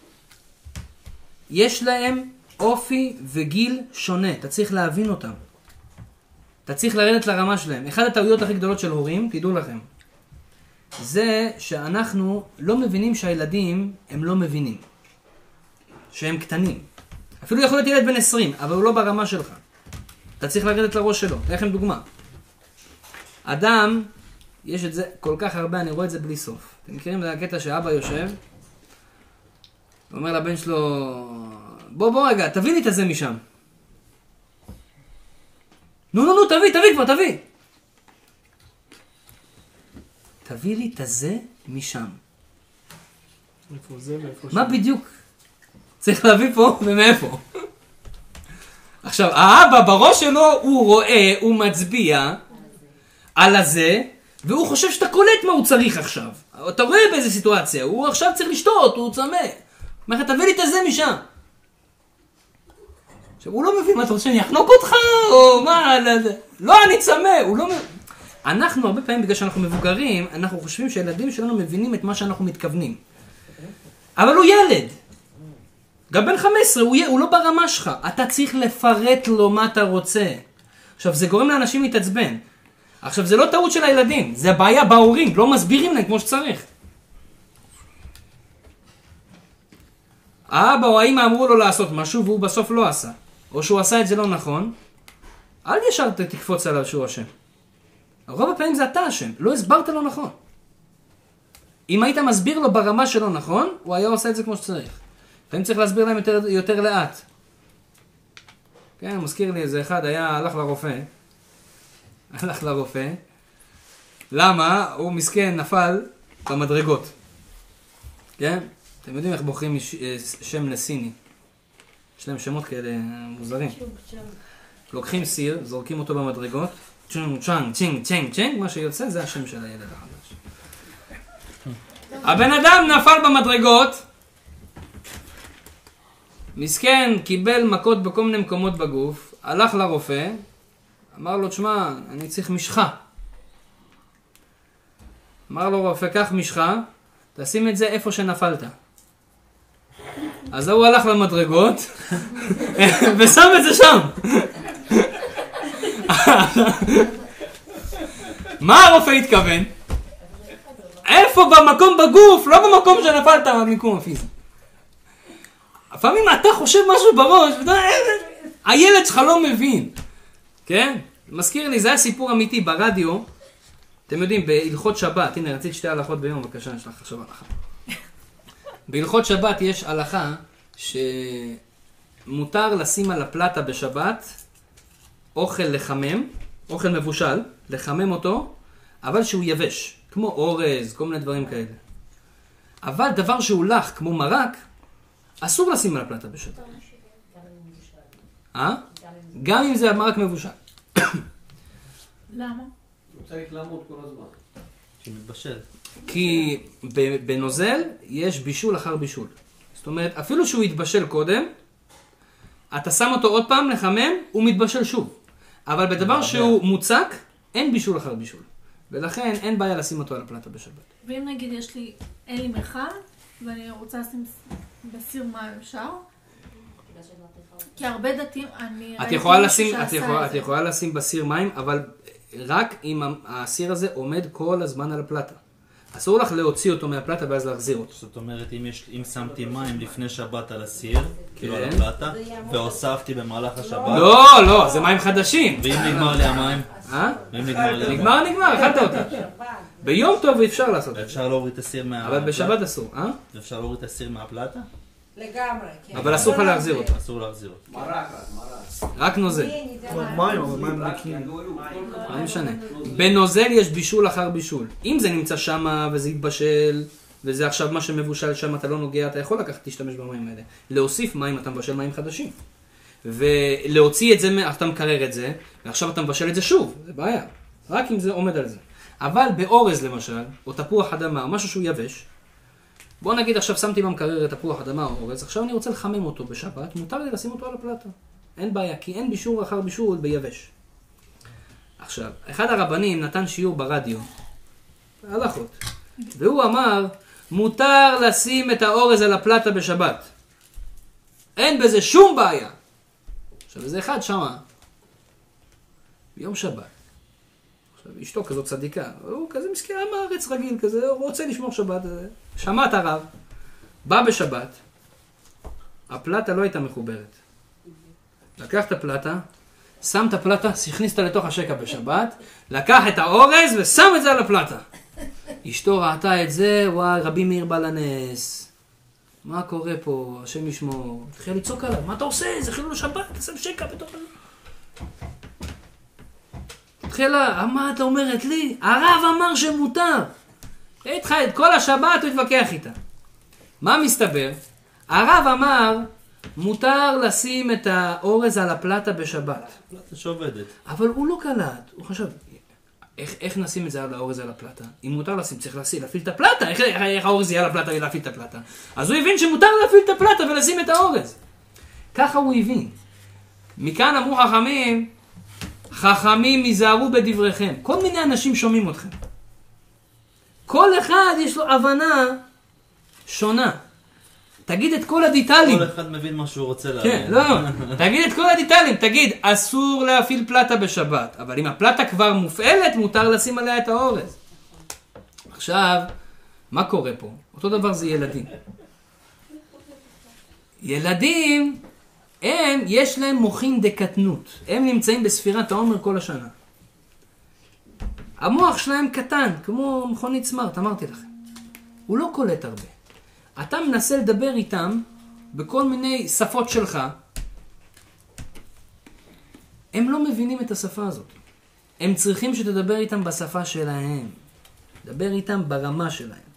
יש להם אופי וגיל שונה. אתה צריך להבין אותם. אתה צריך לרדת לרמה שלהם. אחד הטעויות הכי גדולות של הורים, תדעו לכם, זה שאנחנו לא מבינים שהילדים הם לא מבינים. שהם קטנים. אפילו יכול להיות ילד בן 20, אבל הוא לא ברמה שלך. אתה צריך לרדת לראש שלו. תהיה לכם דוגמה. אדם, יש את זה כל כך הרבה, אני רואה את זה בלי סוף. אתם מכירים את הקטע שאבא יושב, ואומר לבן שלו, בוא רגע, תביא לי את הזה משם. נו, תביא כבר, תביא. תביא לי את הזה משם. איפה זה ואיפה מה בדיוק? צריך להביא פה ומאיפה. עכשיו, האבא בראש שלו הוא רואה, הוא מצביע על הזה, והוא חושב שאתה קולט מה הוא צריך עכשיו. אתה רואה באיזה סיטואציה, הוא עכשיו צריך לשתות, הוא צמא. אומר לך, תביא לי את הזה משם. עכשיו, הוא לא מבין מה אתה רוצה שאני אחנוק אותך, או מה, לא, אני צמא, הוא לא מבין. אנחנו הרבה פעמים, בגלל שאנחנו מבוגרים, אנחנו חושבים שהילדים שלנו מבינים את מה שאנחנו מתכוונים. אבל הוא ילד. גם בן 15, הוא לא ברמה שלך. אתה צריך לפרט לו מה אתה רוצה. עכשיו, זה גורם לאנשים להתעצבן. עכשיו, זה לא טעות של הילדים, זה הבעיה בהורים, לא מסבירים להם כמו שצריך. האבא או האמא אמרו לו לעשות משהו, והוא בסוף לא עשה. או שהוא עשה את זה לא נכון, אל ישר תקפוץ עליו שהוא אשם. רוב הפעמים זה אתה אשם, לא הסברת לו נכון. אם היית מסביר לו ברמה שלו נכון, הוא היה עושה את זה כמו שצריך. לפעמים צריך להסביר להם יותר לאט. כן, מזכיר לי איזה אחד, הלך לרופא. למה? הוא מסכן נפל במדרגות. כן? אתם יודעים איך בוחרים שם לסיני. יש להם שמות כאלה מוזרים. לוקחים סיר, זורקים אותו במדרגות, צ'ינג, מה שיוצא זה השם של הילד החדש. הבן אדם נפל במדרגות, מסכן, קיבל מכות בכל מיני מקומות בגוף, הלך לרופא, אמר לו, תשמע, אני צריך משחה. אמר לו רופא, קח משחה, תשים את זה איפה שנפלת. אז הוא הלך למדרגות, ושם את זה שם. מה הרופא התכוון? איפה במקום בגוף, לא במקום שנפלת במיקום הפיזי. לפעמים אתה חושב משהו בראש, הילד שלך לא מבין. כן? מזכיר לי, זה היה סיפור אמיתי ברדיו. אתם יודעים, בהלכות שבת, הנה רצית 2 הלכות ביום, בבקשה, יש לך עכשיו הלכה. בהלכות שבת יש הלכה שמותר לשים על הפלטה בשבת אוכל לחמם, אוכל מבושל, לחמם אותו, אבל שהוא יבש, כמו אורז, כל מיני דברים כאלה. אבל דבר שהוא לח, כמו מרק, אסור לשים על הפלטה בשבת. גם אם זה מרק מבושל. למה? הוא צריך לעמוד כל הזמן. שמתבשל. כי בנוזל יש בישול אחר בישול. זאת אומרת, אפילו שהוא יתבשל קודם, אתה שם אותו עוד פעם לחמם, הוא מתבשל שוב. אבל בדבר שהוא מוצק, אין בישול אחר בישול. ולכן אין בעיה לשים אותו על הפלטה בשבת. ואם נגיד אין לי מכל, ואני רוצה לשים בסיר מים, אפשר? כי הרבה דתיים, את יכולה לשים בסיר מים, אבל רק אם הסיר הזה עומד כל הזמן על הפלטה. אסור לך להוציא אותו מהפלטה ואז להחזיר אותו. זאת אומרת, אם שמתי מים לפני שבת על הסיר, כאילו על הפלטה, והוספתי במהלך השבת... לא, זה מים חדשים. ואם נגמר לי המים? נגמר, אכלת אותה. ביום טוב אפשר לעשות את זה. אפשר להוריד את הסיר מהפלטה? אבל בשבת אסור, אפשר להוריד את הסיר מהפלטה? לגמרי, כן. אבל אסור לך להחזיר אותו. אסור להחזיר אותו. רק נוזל. מים, אבל מים נקיים. לא משנה. בנוזל יש בישול אחר בישול. אם זה נמצא שמה וזה יתבשל, וזה עכשיו מה שמבושל שם, אתה לא נוגע, אתה יכול לקחת, תשתמש במים האלה. להוסיף מים, אתה מבשל מים חדשים. ולהוציא את זה, אתה מקרר את זה, ועכשיו אתה מבשל את זה שוב. זה בעיה. רק אם זה עומד על זה. אבל באורז למשל, או תפוח אדמה, או משהו שהוא יבש, בוא נגיד עכשיו שמתי במקרר את תפוח אדמה או אורז, עכשיו אני רוצה לחמם אותו בשבת, מותר לי לשים אותו על הפלטה. אין בעיה, כי אין בישול אחר בישול ביבש. עכשיו, אחד הרבנים נתן שיעור ברדיו, הלכות, והוא אמר, מותר לשים את האורז על הפלטה בשבת. אין בזה שום בעיה. עכשיו, איזה אחד שמה, ביום שבת. עכשיו, אשתו כזאת צדיקה, הוא כזה מסכן, עם הארץ רגיל כזה, הוא רוצה לשמור שבת. שמע את הרב, בא בשבת, הפלטה לא הייתה מחוברת. לקח את הפלטה, שם את הפלטה, הכניס אותה לתוך השקע בשבת, לקח את האורז ושם את זה על הפלטה. אשתו ראתה את זה, וואי, רבי מאיר בא לנס. מה קורה פה? השם ישמור. התחיל לצעוק עליו, מה אתה עושה? זה חילול שבת, אתה שם שקע בתוך זה. התחילה, מה אתה אומרת לי? הרב אמר שמותר. איתך את כל השבת הוא התווכח איתה. מה מסתבר? הרב אמר, מותר לשים את האורז על הפלטה בשבת. פלטה שעובדת. אבל הוא לא קלט, הוא חשב, איך נשים את זה על האורז על הפלטה? אם מותר לשים, צריך להפעיל את הפלטה, איך האורז יהיה על הפלטה ולהפעיל את הפלטה? אז הוא הבין שמותר להפעיל את הפלטה ולשים את האורז. ככה הוא הבין. מכאן אמרו חכמים היזהרו בדבריכם. כל מיני אנשים שומעים אתכם. כל אחד יש לו הבנה שונה. תגיד את כל הדיטלים. כל אחד מבין מה שהוא רוצה להבין. כן, לא. תגיד את כל הדיטלים. תגיד, אסור להפעיל פלטה בשבת. אבל אם הפלטה כבר מופעלת, מותר לשים עליה את האורז. עכשיו, מה קורה פה? אותו דבר זה ילדים. ילדים, יש להם מוחין דקטנות. הם נמצאים בספירת העומר כל השנה. המוח שלהם קטן, כמו מכונית סמארט, אמרתי לכם. הוא לא קולט הרבה. אתה מנסה לדבר איתם בכל מיני שפות שלך. הם לא מבינים את השפה הזאת. הם צריכים שתדבר איתם בשפה שלהם. דבר איתם ברמה שלהם.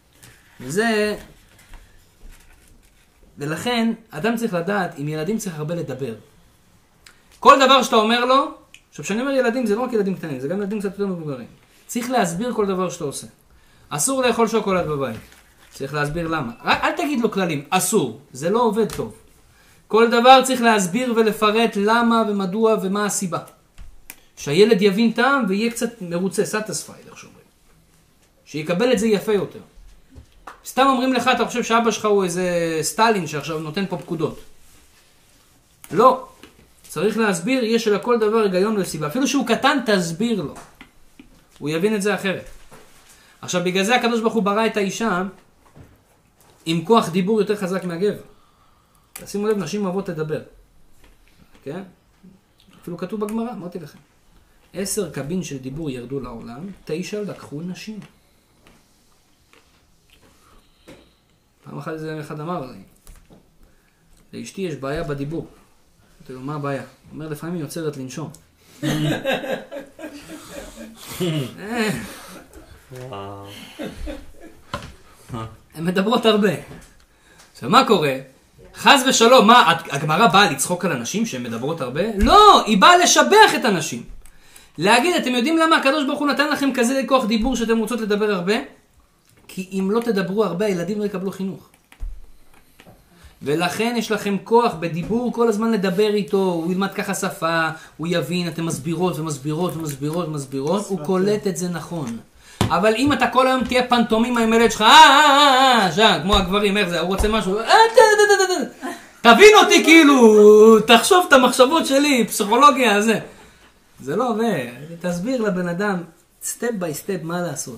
ולכן, אדם צריך לדעת, עם ילדים צריך הרבה לדבר. כל דבר שאתה אומר לו, עכשיו כשאני אומר ילדים, זה לא רק ילדים קטנים, זה גם ילדים קצת יותר מבוגרים. צריך להסביר כל דבר שאתה עושה. אסור לאכול שוקולד בבית. צריך להסביר למה. אל תגיד לו כללים, אסור. זה לא עובד טוב. כל דבר צריך להסביר ולפרט למה ומדוע ומה הסיבה. שהילד יבין טעם ויהיה קצת מרוצה, satisfied, איך שאומרים. שיקבל את זה יפה יותר. סתם אומרים לך, אתה חושב שאבא שלך הוא איזה סטלין שעכשיו נותן פה פקודות. לא. צריך להסביר, יש לכל דבר היגיון וסיבה. אפילו שהוא קטן, תסביר לו. הוא יבין את זה אחרת. עכשיו, בגלל זה הקדוש ברוך הוא ברא את האישה עם כוח דיבור יותר חזק מהגבר. תשימו לב, נשים אוהבות לדבר. כן? אפילו כתוב בגמרא, אמרתי לכם. 10 קבין של דיבור ירדו לעולם, 9 לקחו נשים. פעם אחת אחד אמר לי, לאשתי יש בעיה בדיבור. אמרתי לו, מה הבעיה? הוא אומר, לפעמים היא יוצרת לנשום. וואו. הן מדברות הרבה. עכשיו, מה קורה? חס ושלום, מה, הגמרא באה לצחוק על אנשים שהן מדברות הרבה? לא, היא באה לשבח את הנשים. להגיד, אתם יודעים למה הקדוש ברוך הוא נתן לכם כזה כוח דיבור שאתם רוצות לדבר הרבה? כי אם לא תדברו הרבה, הילדים לא יקבלו חינוך. ולכן יש לכם כוח בדיבור כל הזמן לדבר איתו, הוא ילמד ככה שפה, הוא יבין, אתם מסבירות ומסבירות ומסבירות ומסבירות, הוא קולט את זה נכון. אבל אם אתה כל היום תהיה פנטומימה עם ילד שלך, כמו הגברים, איך זה, הוא רוצה משהו, תבין אותי כאילו, תחשוב את המחשבות שלי, פסיכולוגיה, זה. זה לא עובד, תסביר לבן אדם, סטפ ביי סטפ, מה לעשות.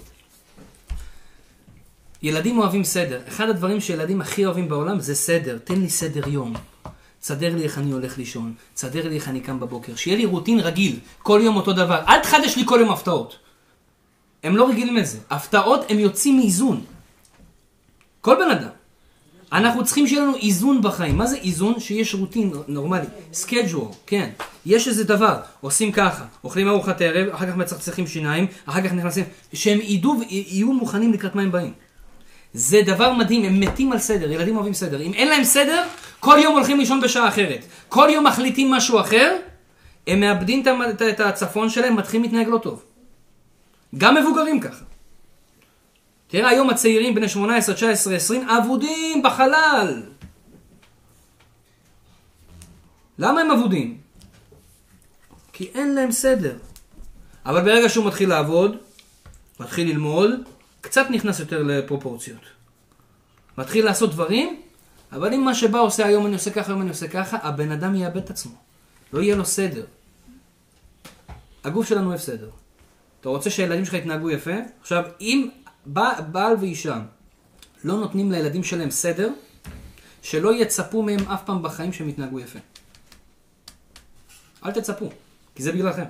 ילדים אוהבים סדר. אחד הדברים שילדים הכי אוהבים בעולם זה סדר. תן לי סדר יום. תסדר לי איך אני הולך לישון. תסדר לי איך אני קם בבוקר. שיהיה לי רוטין רגיל. כל יום אותו דבר. אל תחדש לי כל יום הפתעות. הם לא רגילים לזה. הפתעות הם יוצאים מאיזון. כל בן אדם. אנחנו צריכים שיהיה לנו איזון בחיים. מה זה איזון? שיש רוטין נורמלי. סקייג'ואל, כן. יש איזה דבר. עושים ככה. אוכלים ארוחת ערב, אחר כך מצחצחים שיניים, אחר כך נכנסים. שהם יהיו מוכנים לקראת מה הם באים. זה דבר מדהים, הם מתים על סדר, ילדים אוהבים סדר. אם אין להם סדר, כל יום הולכים לישון בשעה אחרת. כל יום מחליטים משהו אחר, הם מאבדים את הצפון שלהם, מתחילים להתנהג לא טוב. גם מבוגרים ככה. תראה, היום הצעירים בני 18, 19, 20, עבודים בחלל. למה הם עבודים? כי אין להם סדר. אבל ברגע שהוא מתחיל לעבוד, מתחיל ללמוד, קצת נכנס יותר לפרופורציות. מתחיל לעשות דברים, אבל אם מה שבא עושה היום אני עושה ככה, היום אני עושה ככה, הבן אדם יאבד את עצמו. לא יהיה לו סדר. הגוף שלנו אוהב סדר. אתה רוצה שהילדים שלך יתנהגו יפה? עכשיו, אם בעל ואישה לא נותנים לילדים שלהם סדר, שלא יצפו מהם אף פעם בחיים שהם יתנהגו יפה. אל תצפו, כי זה בגללכם.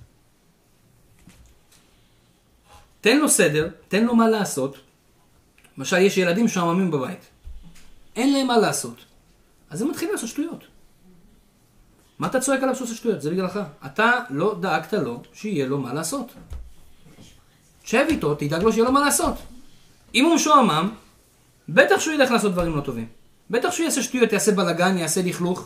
תן לו סדר, תן לו מה לעשות. למשל, יש ילדים שעממים בבית. אין להם מה לעשות. אז הם מתחילים לעשות שטויות. מה אתה צועק עליו שעושה שטויות? זה בגללך. אתה לא דאגת לו שיהיה לו מה לעשות. תשב איתו, תדאג לו שיהיה לו מה לעשות. אם הוא משועמם, בטח שהוא ילך לעשות דברים לא טובים. בטח שהוא יעשה שטויות, יעשה בלגן, יעשה לכלוך.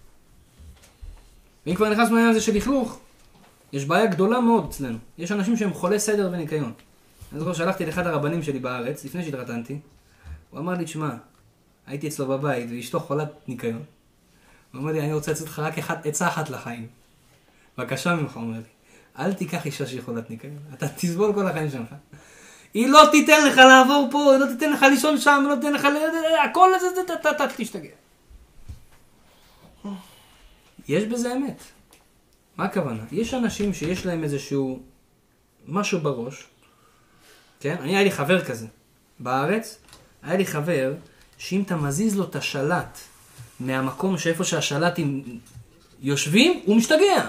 ואם כבר נכנס מהעניין הזה של לכלוך, יש בעיה גדולה מאוד אצלנו. יש אנשים שהם חולי סדר וניקיון. אני זוכר שלחתי לאחד הרבנים שלי בארץ, לפני שהתחתנתי. הוא אמר לי, תשמע, הייתי אצלו בבית ואשתו חולת ניקיון. הוא אומר לי, אני רוצה לצאת לך רק עצה אחת לחיים. בבקשה ממך, אומר לי. אל תיקח אישה שהיא חולת ניקיון. אתה תסבול כל החיים שלך. היא לא תיתן לך לעבור פה, היא לא תיתן לך לישון שם, היא לא תיתן לך... הכל הזה, אתה תשתגע. יש בזה אמת. מה הכוונה? יש אנשים שיש להם איזשהו משהו בראש. כן? היה לי חבר כזה. בארץ, היה לי חבר שאם אתה מזיז לו את השלט מהמקום שאיפה שהשלטים יושבים, הוא משתגע.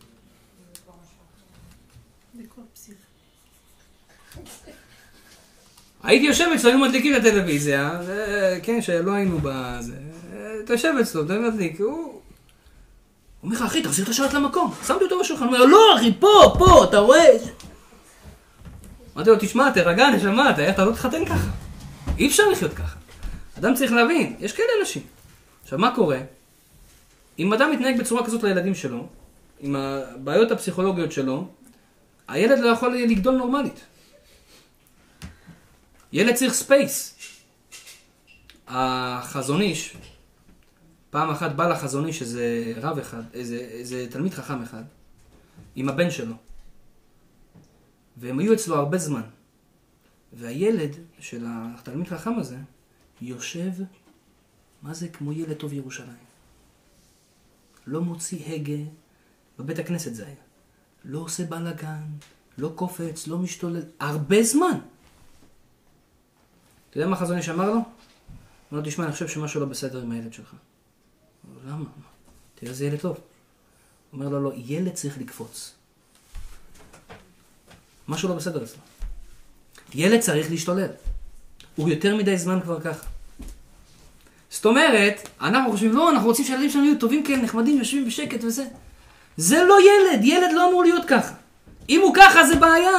הייתי יושב אצלו, היו מדליקים את הטלוויזיה, כן, שלא היינו בזה. אתה יושב אצלו, אתה מדליק, הוא אומר לך, אחי, תחזיר את השלט למקום. שמתי אותו בשולחן, הוא אומר, לא, אחי, פה, אתה רואה? אמרתי לו, תשמע, תרגע, נשמה, אתה לא תחתן ככה. אי אפשר לחיות ככה. אדם צריך להבין, יש כאלה אנשים. עכשיו, מה קורה? אם אדם מתנהג בצורה כזאת לילדים שלו, עם הבעיות הפסיכולוגיות שלו, הילד לא יכול לגדול נורמלית. ילד צריך ספייס. החזון איש, פעם אחת בא לחזון איש איזה רב אחד, איזה תלמיד חכם אחד, עם הבן שלו. והם היו אצלו הרבה זמן. והילד של התלמיד חכם הזה יושב, מה זה כמו ילד טוב ירושלים. לא מוציא הגה, בבית הכנסת זה היה. לא עושה בלגן, לא קופץ, לא משתולל, הרבה זמן. אתה יודע מה חזון איש אמר לו? אמר לו, תשמע, אני חושב שמשהו לא בסדר עם הילד שלך. למה? תראה, זה ילד טוב. הוא אומר לו, לא, ילד צריך לקפוץ. משהו לא בסדר אצלו. ילד צריך להשתולל. הוא יותר מדי זמן כבר ככה. זאת אומרת, אנחנו חושבים, לא, אנחנו רוצים שהילדים שלנו יהיו טובים כאלה, נחמדים, יושבים בשקט וזה. זה לא ילד, ילד לא אמור להיות ככה. אם הוא ככה, זה בעיה.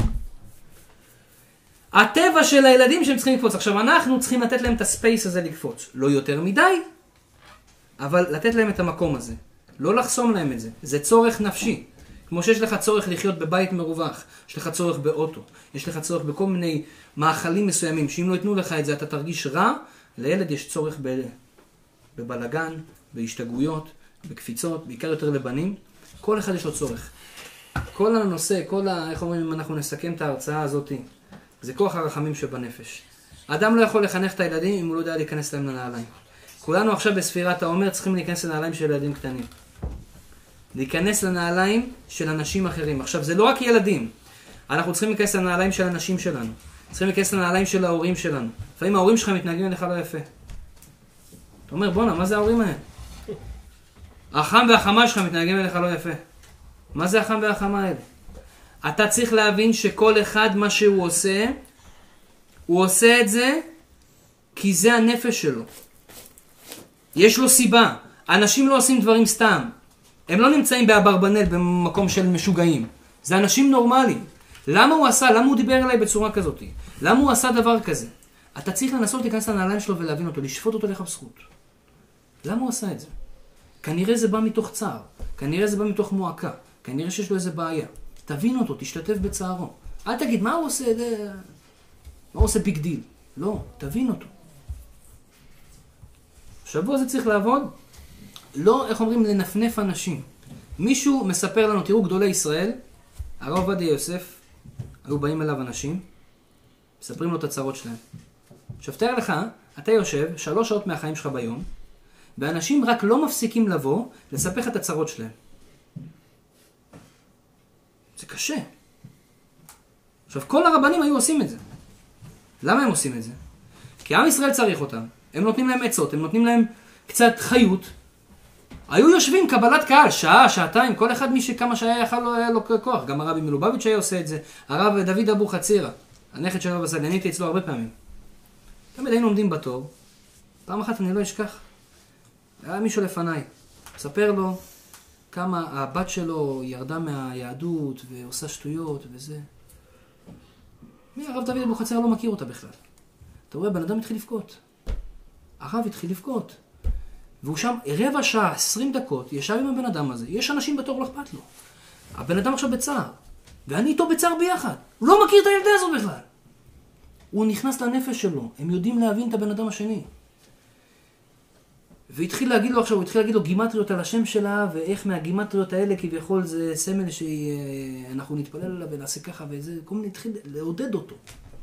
הטבע של הילדים שהם צריכים לקפוץ. עכשיו, אנחנו צריכים לתת להם את הספייס הזה לקפוץ. לא יותר מדי, אבל לתת להם את המקום הזה. לא לחסום להם את זה. זה צורך נפשי. כמו שיש לך צורך לחיות בבית מרווח, יש לך צורך באוטו, יש לך צורך בכל מיני מאכלים מסוימים, שאם לא יתנו לך את זה אתה תרגיש רע, לילד יש צורך בבלגן, בהשתגעויות, בקפיצות, בעיקר יותר לבנים. כל אחד יש לו צורך. כל הנושא, איך אומרים, אם אנחנו נסכם את ההרצאה הזאת, זה כוח הרחמים שבנפש. האדם לא יכול לחנך את הילדים אם הוא לא יודע להיכנס להם לנעליים. כולנו עכשיו בספירת העומר צריכים להיכנס לנעליים של ילדים קטנים. להיכנס לנעליים של אנשים אחרים. עכשיו, זה לא רק ילדים. אנחנו צריכים להיכנס לנעליים של אנשים שלנו. צריכים להיכנס לנעליים של ההורים שלנו. לפעמים ההורים שלך מתנהגים אליך לא יפה. אתה אומר, בונה, מה זה ההורים האלה? החם והחמה שלך מתנהגים אליך לא יפה. מה זה החם והחמה האלה? אתה צריך להבין שכל אחד מה שהוא עושה, הוא עושה את זה כי זה הנפש שלו. יש לו סיבה. אנשים לא עושים דברים סתם. הם לא נמצאים באברבנל במקום של משוגעים. זה אנשים נורמליים. למה הוא עשה? למה הוא דיבר אליי בצורה כזאת? למה הוא עשה דבר כזה? אתה צריך לנסות להיכנס לנעליים שלו ולהבין אותו, לשפוט אותו לך בזכות. למה הוא עשה את זה? כנראה זה בא מתוך צער. כנראה זה בא מתוך מועקה. כנראה שיש לו איזה בעיה. תבין אותו, תשתתף בצערו. אל תגיד, מה הוא עושה? מה הוא עושה ביג דיל? לא, תבין אותו. שבוע זה צריך לעבוד. לא, איך אומרים, לנפנף אנשים. מישהו מספר לנו, תראו, גדולי ישראל, הרב עובדיה יוסף, היו באים אליו אנשים, מספרים לו את הצרות שלהם. עכשיו תאר לך, אתה יושב 3 שעות מהחיים שלך ביום, ואנשים רק לא מפסיקים לבוא, לספר לך את הצרות שלהם. זה קשה. עכשיו, כל הרבנים היו עושים את זה. למה הם עושים את זה? כי עם ישראל צריך אותם. הם נותנים להם עצות, הם נותנים להם קצת חיות. היו יושבים קבלת קהל, שעה, שעתיים, כל אחד מי שכמה שהיה יכל לו, היה לו כוח. גם הרבי מלובביץ' היה עושה את זה. הרב דוד אבו חצירה, הנכד שלו בסל, אני הייתי אצלו הרבה פעמים. תמיד היינו עומדים בתור. פעם אחת אני לא אשכח. היה מישהו לפניי. מספר לו כמה הבת שלו ירדה מהיהדות ועושה שטויות וזה. הרב דוד אבו חצירה לא מכיר אותה בכלל. אתה רואה, בן אדם התחיל לבכות. הרב התחיל לבכות. והוא שם 15 שעה, 20 דקות, ישב עם הבן אדם הזה. יש אנשים בתור, לא אכפת לו. הבן אדם עכשיו בצער. ואני איתו בצער ביחד. הוא לא מכיר את הילדה הזאת בכלל. הוא נכנס לנפש שלו. הם יודעים להבין את הבן אדם השני. והתחיל להגיד לו עכשיו, הוא התחיל להגיד לו גימטריות על השם שלה, ואיך מהגימטריות האלה כביכול זה סמל שאנחנו נתפלל עליו ונעשה ככה וזה, כל מיני התחיל לעודד אותו.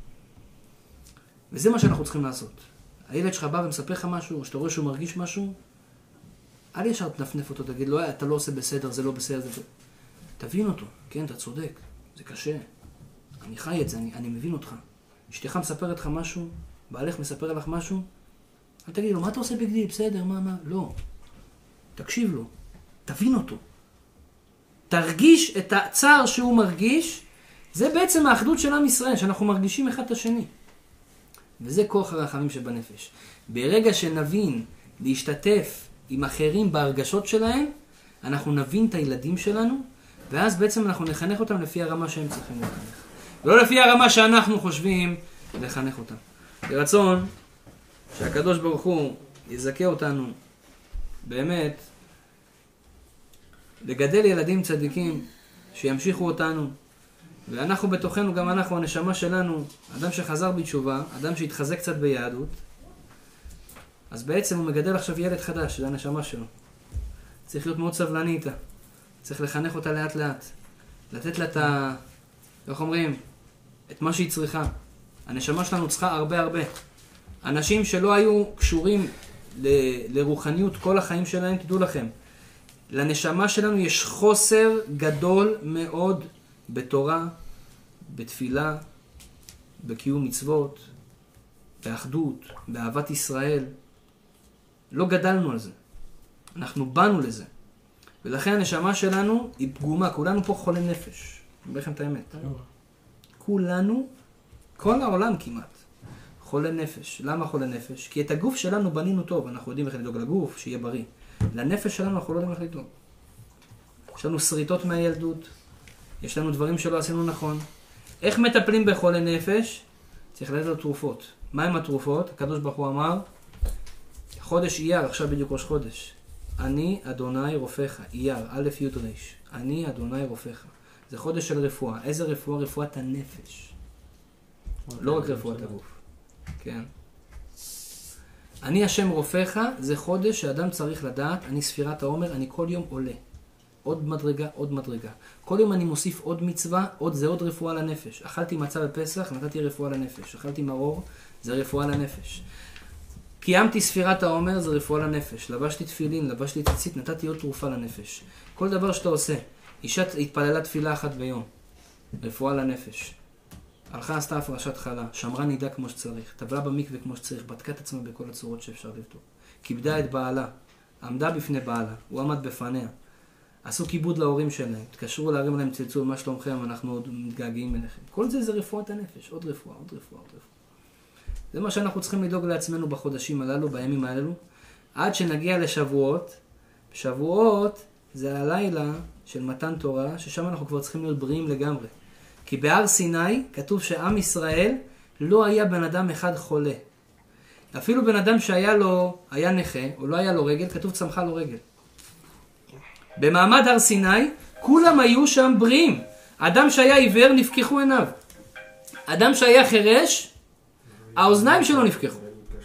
וזה מה שאנחנו צריכים לעשות. הילד שלך בא ומספר לך משהו, או שאתה רואה שהוא מרגיש משהו, אל ישר תנפנף אותו, תגיד, לא, אתה לא עושה בסדר, זה לא בסדר, זה... תבין אותו, כן, אתה צודק, זה קשה. אני חי את זה, אני מבין אותך. אשתך מספרת לך משהו, בעלך מספר לך משהו, אל תגיד לו, מה אתה עושה בגדי? בסדר, מה? לא. תקשיב לו, תבין אותו. תרגיש את הצער שהוא מרגיש, זה בעצם האחדות של עם ישראל, שאנחנו מרגישים אחד את השני. וזה כוח הרחמים שבנפש. ברגע שנבין להשתתף עם אחרים בהרגשות שלהם, אנחנו נבין את הילדים שלנו, ואז בעצם אנחנו נחנך אותם לפי הרמה שהם צריכים לחנך. לא לפי הרמה שאנחנו חושבים לחנך אותם. ברצון שהקדוש ברוך הוא יזכה אותנו באמת לגדל ילדים צדיקים שימשיכו אותנו, ואנחנו בתוכנו, גם אנחנו, הנשמה שלנו, אדם שחזר בתשובה, אדם שהתחזק קצת ביהדות, אז בעצם הוא מגדל עכשיו ילד חדש, זה הנשמה שלו. צריך להיות מאוד סבלני איתה. צריך לחנך אותה לאט לאט. לתת לה את ה... איך אומרים? את מה שהיא צריכה. הנשמה שלנו צריכה הרבה הרבה. אנשים שלא היו קשורים לרוחניות כל החיים שלהם, תדעו לכם. לנשמה שלנו יש חוסר גדול מאוד בתורה, בתפילה, בקיום מצוות, באחדות, באהבת ישראל. לא גדלנו על זה. אנחנו באנו לזה. ולכן הנשמה שלנו היא פגומה. כולנו פה חולי נפש. אני אומר לכם את האמת. כולנו, כל העולם כמעט, חולה נפש. למה חולה נפש? כי את הגוף שלנו בנינו טוב. אנחנו יודעים איך לדאוג לגוף, שיהיה בריא. לנפש שלנו אנחנו לא יודעים איך לדאוג. יש לנו שריטות מהילדות. יש לנו דברים שלא עשינו נכון. איך מטפלים בחולה נפש? צריך לתת לו תרופות. מה עם התרופות? הקדוש ברוך הוא אמר, חודש אייר, עכשיו בדיוק ראש חודש. אני אדוני רופאך. אייר, א' י' ר'. אני אדוני רופאך. זה חודש של רפואה. איזה רפואה? רפואת הנפש. לא רק רפואת הגוף. כן. אני השם רופאך, זה חודש שאדם צריך לדעת, אני ספירת העומר, אני כל יום עולה. עוד מדרגה, עוד מדרגה. כל יום אני מוסיף עוד מצווה, זה עוד רפואה לנפש. אכלתי מצה בפסח, נתתי רפואה לנפש. אכלתי מרור, זה רפואה לנפש. קיימתי ספירת העומר, זה רפואה לנפש. לבשתי תפילין, לבשתי ציצית, נתתי עוד תרופה לנפש. כל דבר שאתה עושה, אישה התפללה תפילה אחת ביום, רפואה לנפש. הלכה עשתה הפרשת חלה, שמרה נידה כמו שצריך, טבלה במקווה כמו שצריך, בדקה את עצמה בכל הצורות שאפשר לבדוק. כיבדה את בעלה, עמדה בפני בעלה, הוא עמד בפניה. עשו כיבוד להורים שלהם, התקשרו להרים להם צלצול, מה שלומכם, אנחנו עוד מתגעגעים אליכם. כל זה רפואת הנפש, עוד רפואה, עוד רפואה, עוד רפואה. זה מה שאנחנו צריכים לדאוג לעצמנו בחודשים הללו, בימים האלו, עד שנגיע לשבועות. שבועות זה הלילה של מתן תורה, ששם אנחנו כבר צריכים להיות בריאים לגמרי. כי בהר סיני כתוב שעם ישראל לא היה בן אדם אחד חולה. אפילו בן אדם היה נכה, או לא היה לו רגל, כתוב צמחה לו רגל. במעמד הר סיני, כולם היו שם בריאים. אדם שהיה עיוור, נפקחו עיניו. אדם שהיה חירש, האוזניים שלו נפקחו.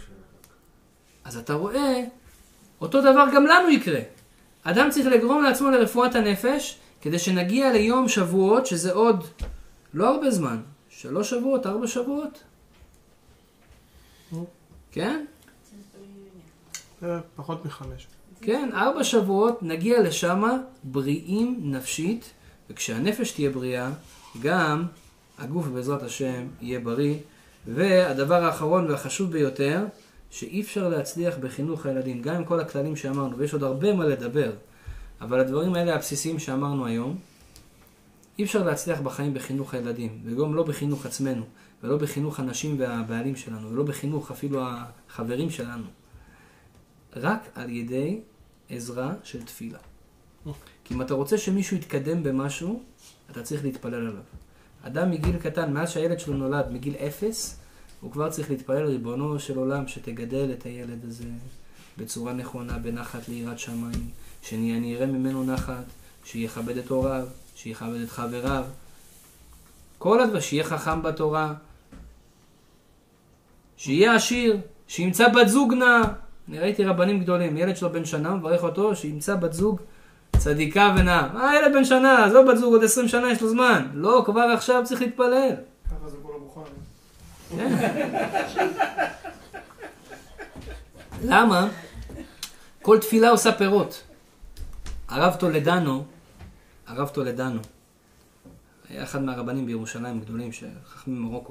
אז אתה רואה, אותו דבר גם לנו יקרה. אדם צריך לגרום לעצמו לרפואת הנפש, כדי שנגיע ליום שבועות, שזה עוד לא הרבה זמן. 3 שבועות, 4 שבועות. כן? פחות מ5. כן, 4 שבועות נגיע לשם בריאים נפשית, וכשהנפש תהיה בריאה, גם הגוף בעזרת השם יהיה בריא. והדבר האחרון והחשוב ביותר, שאי אפשר להצליח בחינוך הילדים, גם עם כל הכללים שאמרנו, ויש עוד הרבה מה לדבר, אבל הדברים האלה הבסיסיים שאמרנו היום, אי אפשר להצליח בחיים בחינוך הילדים, וגם לא בחינוך עצמנו, ולא בחינוך הנשים והבעלים שלנו, ולא בחינוך אפילו החברים שלנו. רק על ידי עזרה של תפילה. כי אם אתה רוצה שמישהו יתקדם במשהו, אתה צריך להתפלל עליו. אדם מגיל קטן, מאז שהילד שלו נולד, מגיל 0, הוא כבר צריך להתפלל ריבונו של עולם, שתגדל את הילד הזה בצורה נכונה, בנחת ליראת שמיים, שאני אראה ממנו נחת, שיכבד את הוריו, שיכבד את חבריו, כל הדבר, שיהיה חכם בתורה, שיהיה עשיר, שימצא בת זוג נאה. אני ראיתי רבנים גדולים, ילד שלו בן שנה, מברך אותו, שימצא בת זוג צדיקה ונאה. ילד בן שנה, זו בת זוג, עוד 20 שנה יש לו זמן. לא, כבר עכשיו צריך להתפלל. ככה זה כל הבוכרים. למה? כל תפילה עושה פירות. הרב טולדנו, היה אחד מהרבנים בירושלים גדולים, חכמים ממרוקו.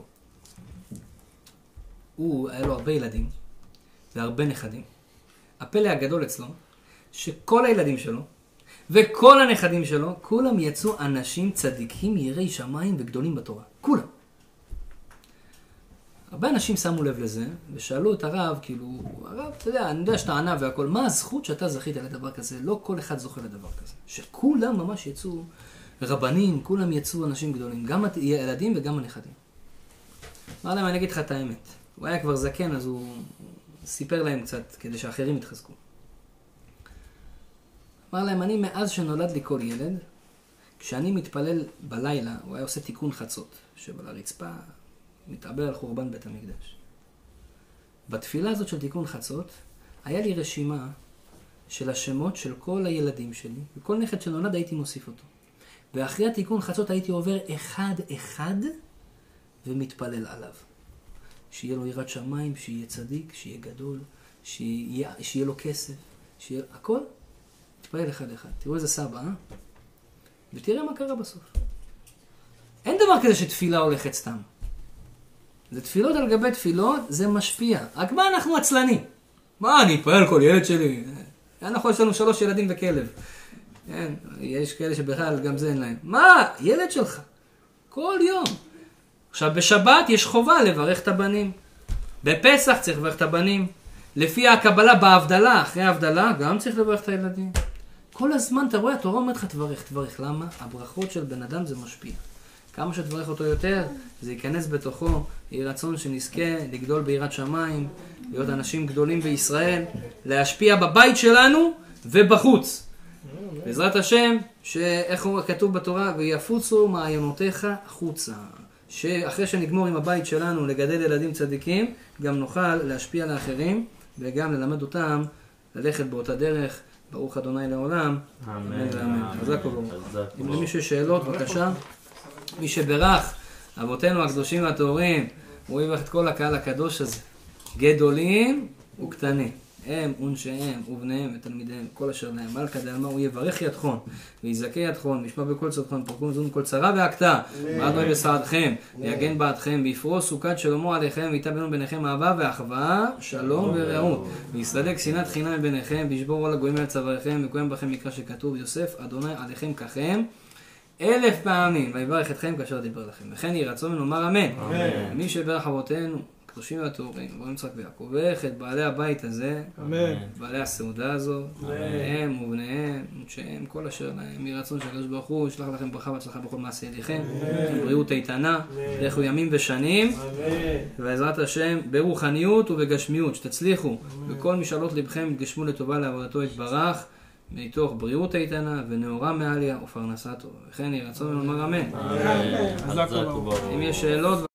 היה לו הרבה ילדים והרבה נכדים. הפלא הגדול אצלו, שכל הילדים שלו וכל הנכדים שלו, כולם יצאו אנשים צדיקים, יראי שמיים וגדולים בתורה. כולם. הרבה אנשים שמו לב לזה, ושאלו את הרב, כאילו, הרב, אתה יודע, אני יודע שאתה ענה והכל, מה הזכות שאתה זכית לדבר כזה? לא כל אחד זוכה לדבר כזה. שכולם ממש יצאו רבנים, כולם יצאו אנשים גדולים, גם הילדים וגם הנכדים. אמר להם, אני אגיד לך את האמת. הוא היה כבר זקן, אז הוא סיפר להם קצת, כדי שאחרים יתחזקו. אמר להם, אני מאז שנולד לי כל ילד, כשאני מתפלל בלילה, הוא היה עושה תיקון חצות, יושב על הרצפה, מתעבר על חורבן בית המקדש. בתפילה הזאת של תיקון חצות, היה לי רשימה של השמות של כל הילדים שלי, וכל נכד שנולד הייתי מוסיף אותו. ואחרי התיקון חצות הייתי עובר אחד אחד ומתפלל עליו. שיהיה לו יראת שמיים, שיהיה צדיק, שיהיה גדול, שיהיה לו כסף, שיהיה... הכל, תתפלל אחד אחד. תראו איזה סבא, ותראה מה קרה בסוף. אין דבר כזה שתפילה הולכת סתם. זה תפילות על גבי תפילות, זה משפיע. רק מה אנחנו עצלנים? מה, אני אתפלל כל ילד שלי? אנחנו יש לנו 3 ילדים וכלב. כן, יש כאלה שבכלל גם זה אין להם. מה? ילד שלך. כל יום. עכשיו, בשבת יש חובה לברך את הבנים. בפסח צריך לברך את הבנים. לפי הקבלה בהבדלה, אחרי ההבדלה, גם צריך לברך את הילדים. כל הזמן, אתה רואה, התורה אומרת לך תברך. למה? הברכות של בן אדם זה משפיע. כמה שתברך אותו יותר, זה ייכנס בתוכו. יהי רצון שנזכה לגדול ביראת שמיים, להיות אנשים גדולים בישראל, להשפיע בבית שלנו ובחוץ. בעזרת השם, שאיך כתוב בתורה, ויפוצו מעיינותיך החוצה. שאחרי שנגמור עם הבית שלנו לגדל ילדים צדיקים, גם נוכל להשפיע לאחרים, וגם ללמד אותם ללכת באותה דרך. ברוך אדוני לעולם. אמן. חזק וברוך. אם למישהו יש שאלות, בבקשה. מי שברך, אבותינו הקדושים והטהורים, הוא יברך את כל הקהל הקדוש הזה. גדולים וקטנים. הם ונשיהם ובניהם ותלמידיהם, כל אשר להם. מלכה דעלמא, הוא יברך ידכון, ויזכה ידכון, וישמע בכל צדכון, פרקום וזון כל צרה והקטה. ואדוני בסעדכם, ויגן בעדכם, ויפרוס סוכת שלמה עליכם, ויטע ביניכם אהבה ואחווה, שלום ורעות. ויסלק שנאת חינם ביניכם, וישבור עול הגויים על צוואריכם, ויקוים בכם מקרא שכתוב, יוסף, אדוני עליכם ככם. 1000 פעמים, ויברך אתכם כאשר דיבר לכם. וכן יהי רצון ונאמר אמן. מי שברך אבותינו הקדושים והטהורים, אברהם יצחק ויעקב, וברך את בעלי הבית הזה, בעלי הסעודה הזו, הם ובניהם, שהם כל אשר להם, יהי רצון שהקדוש ברוך הוא ישלח לכם ברכה והצלחה בכל מעשה ידיכם, בריאות איתנה, לכו ימים ושנים, ובעזרת השם ברוחניות ובגשמיות, שתצליחו בכל משאלות לבכם, יתגשמו לטובה לעבודתו יתברך, מתוך בריאות איתנה ונאורה מעליה ופרנסה טובה. וכן יהי רצון ונאמר אמן. חזק וברוך. אם יש שאלות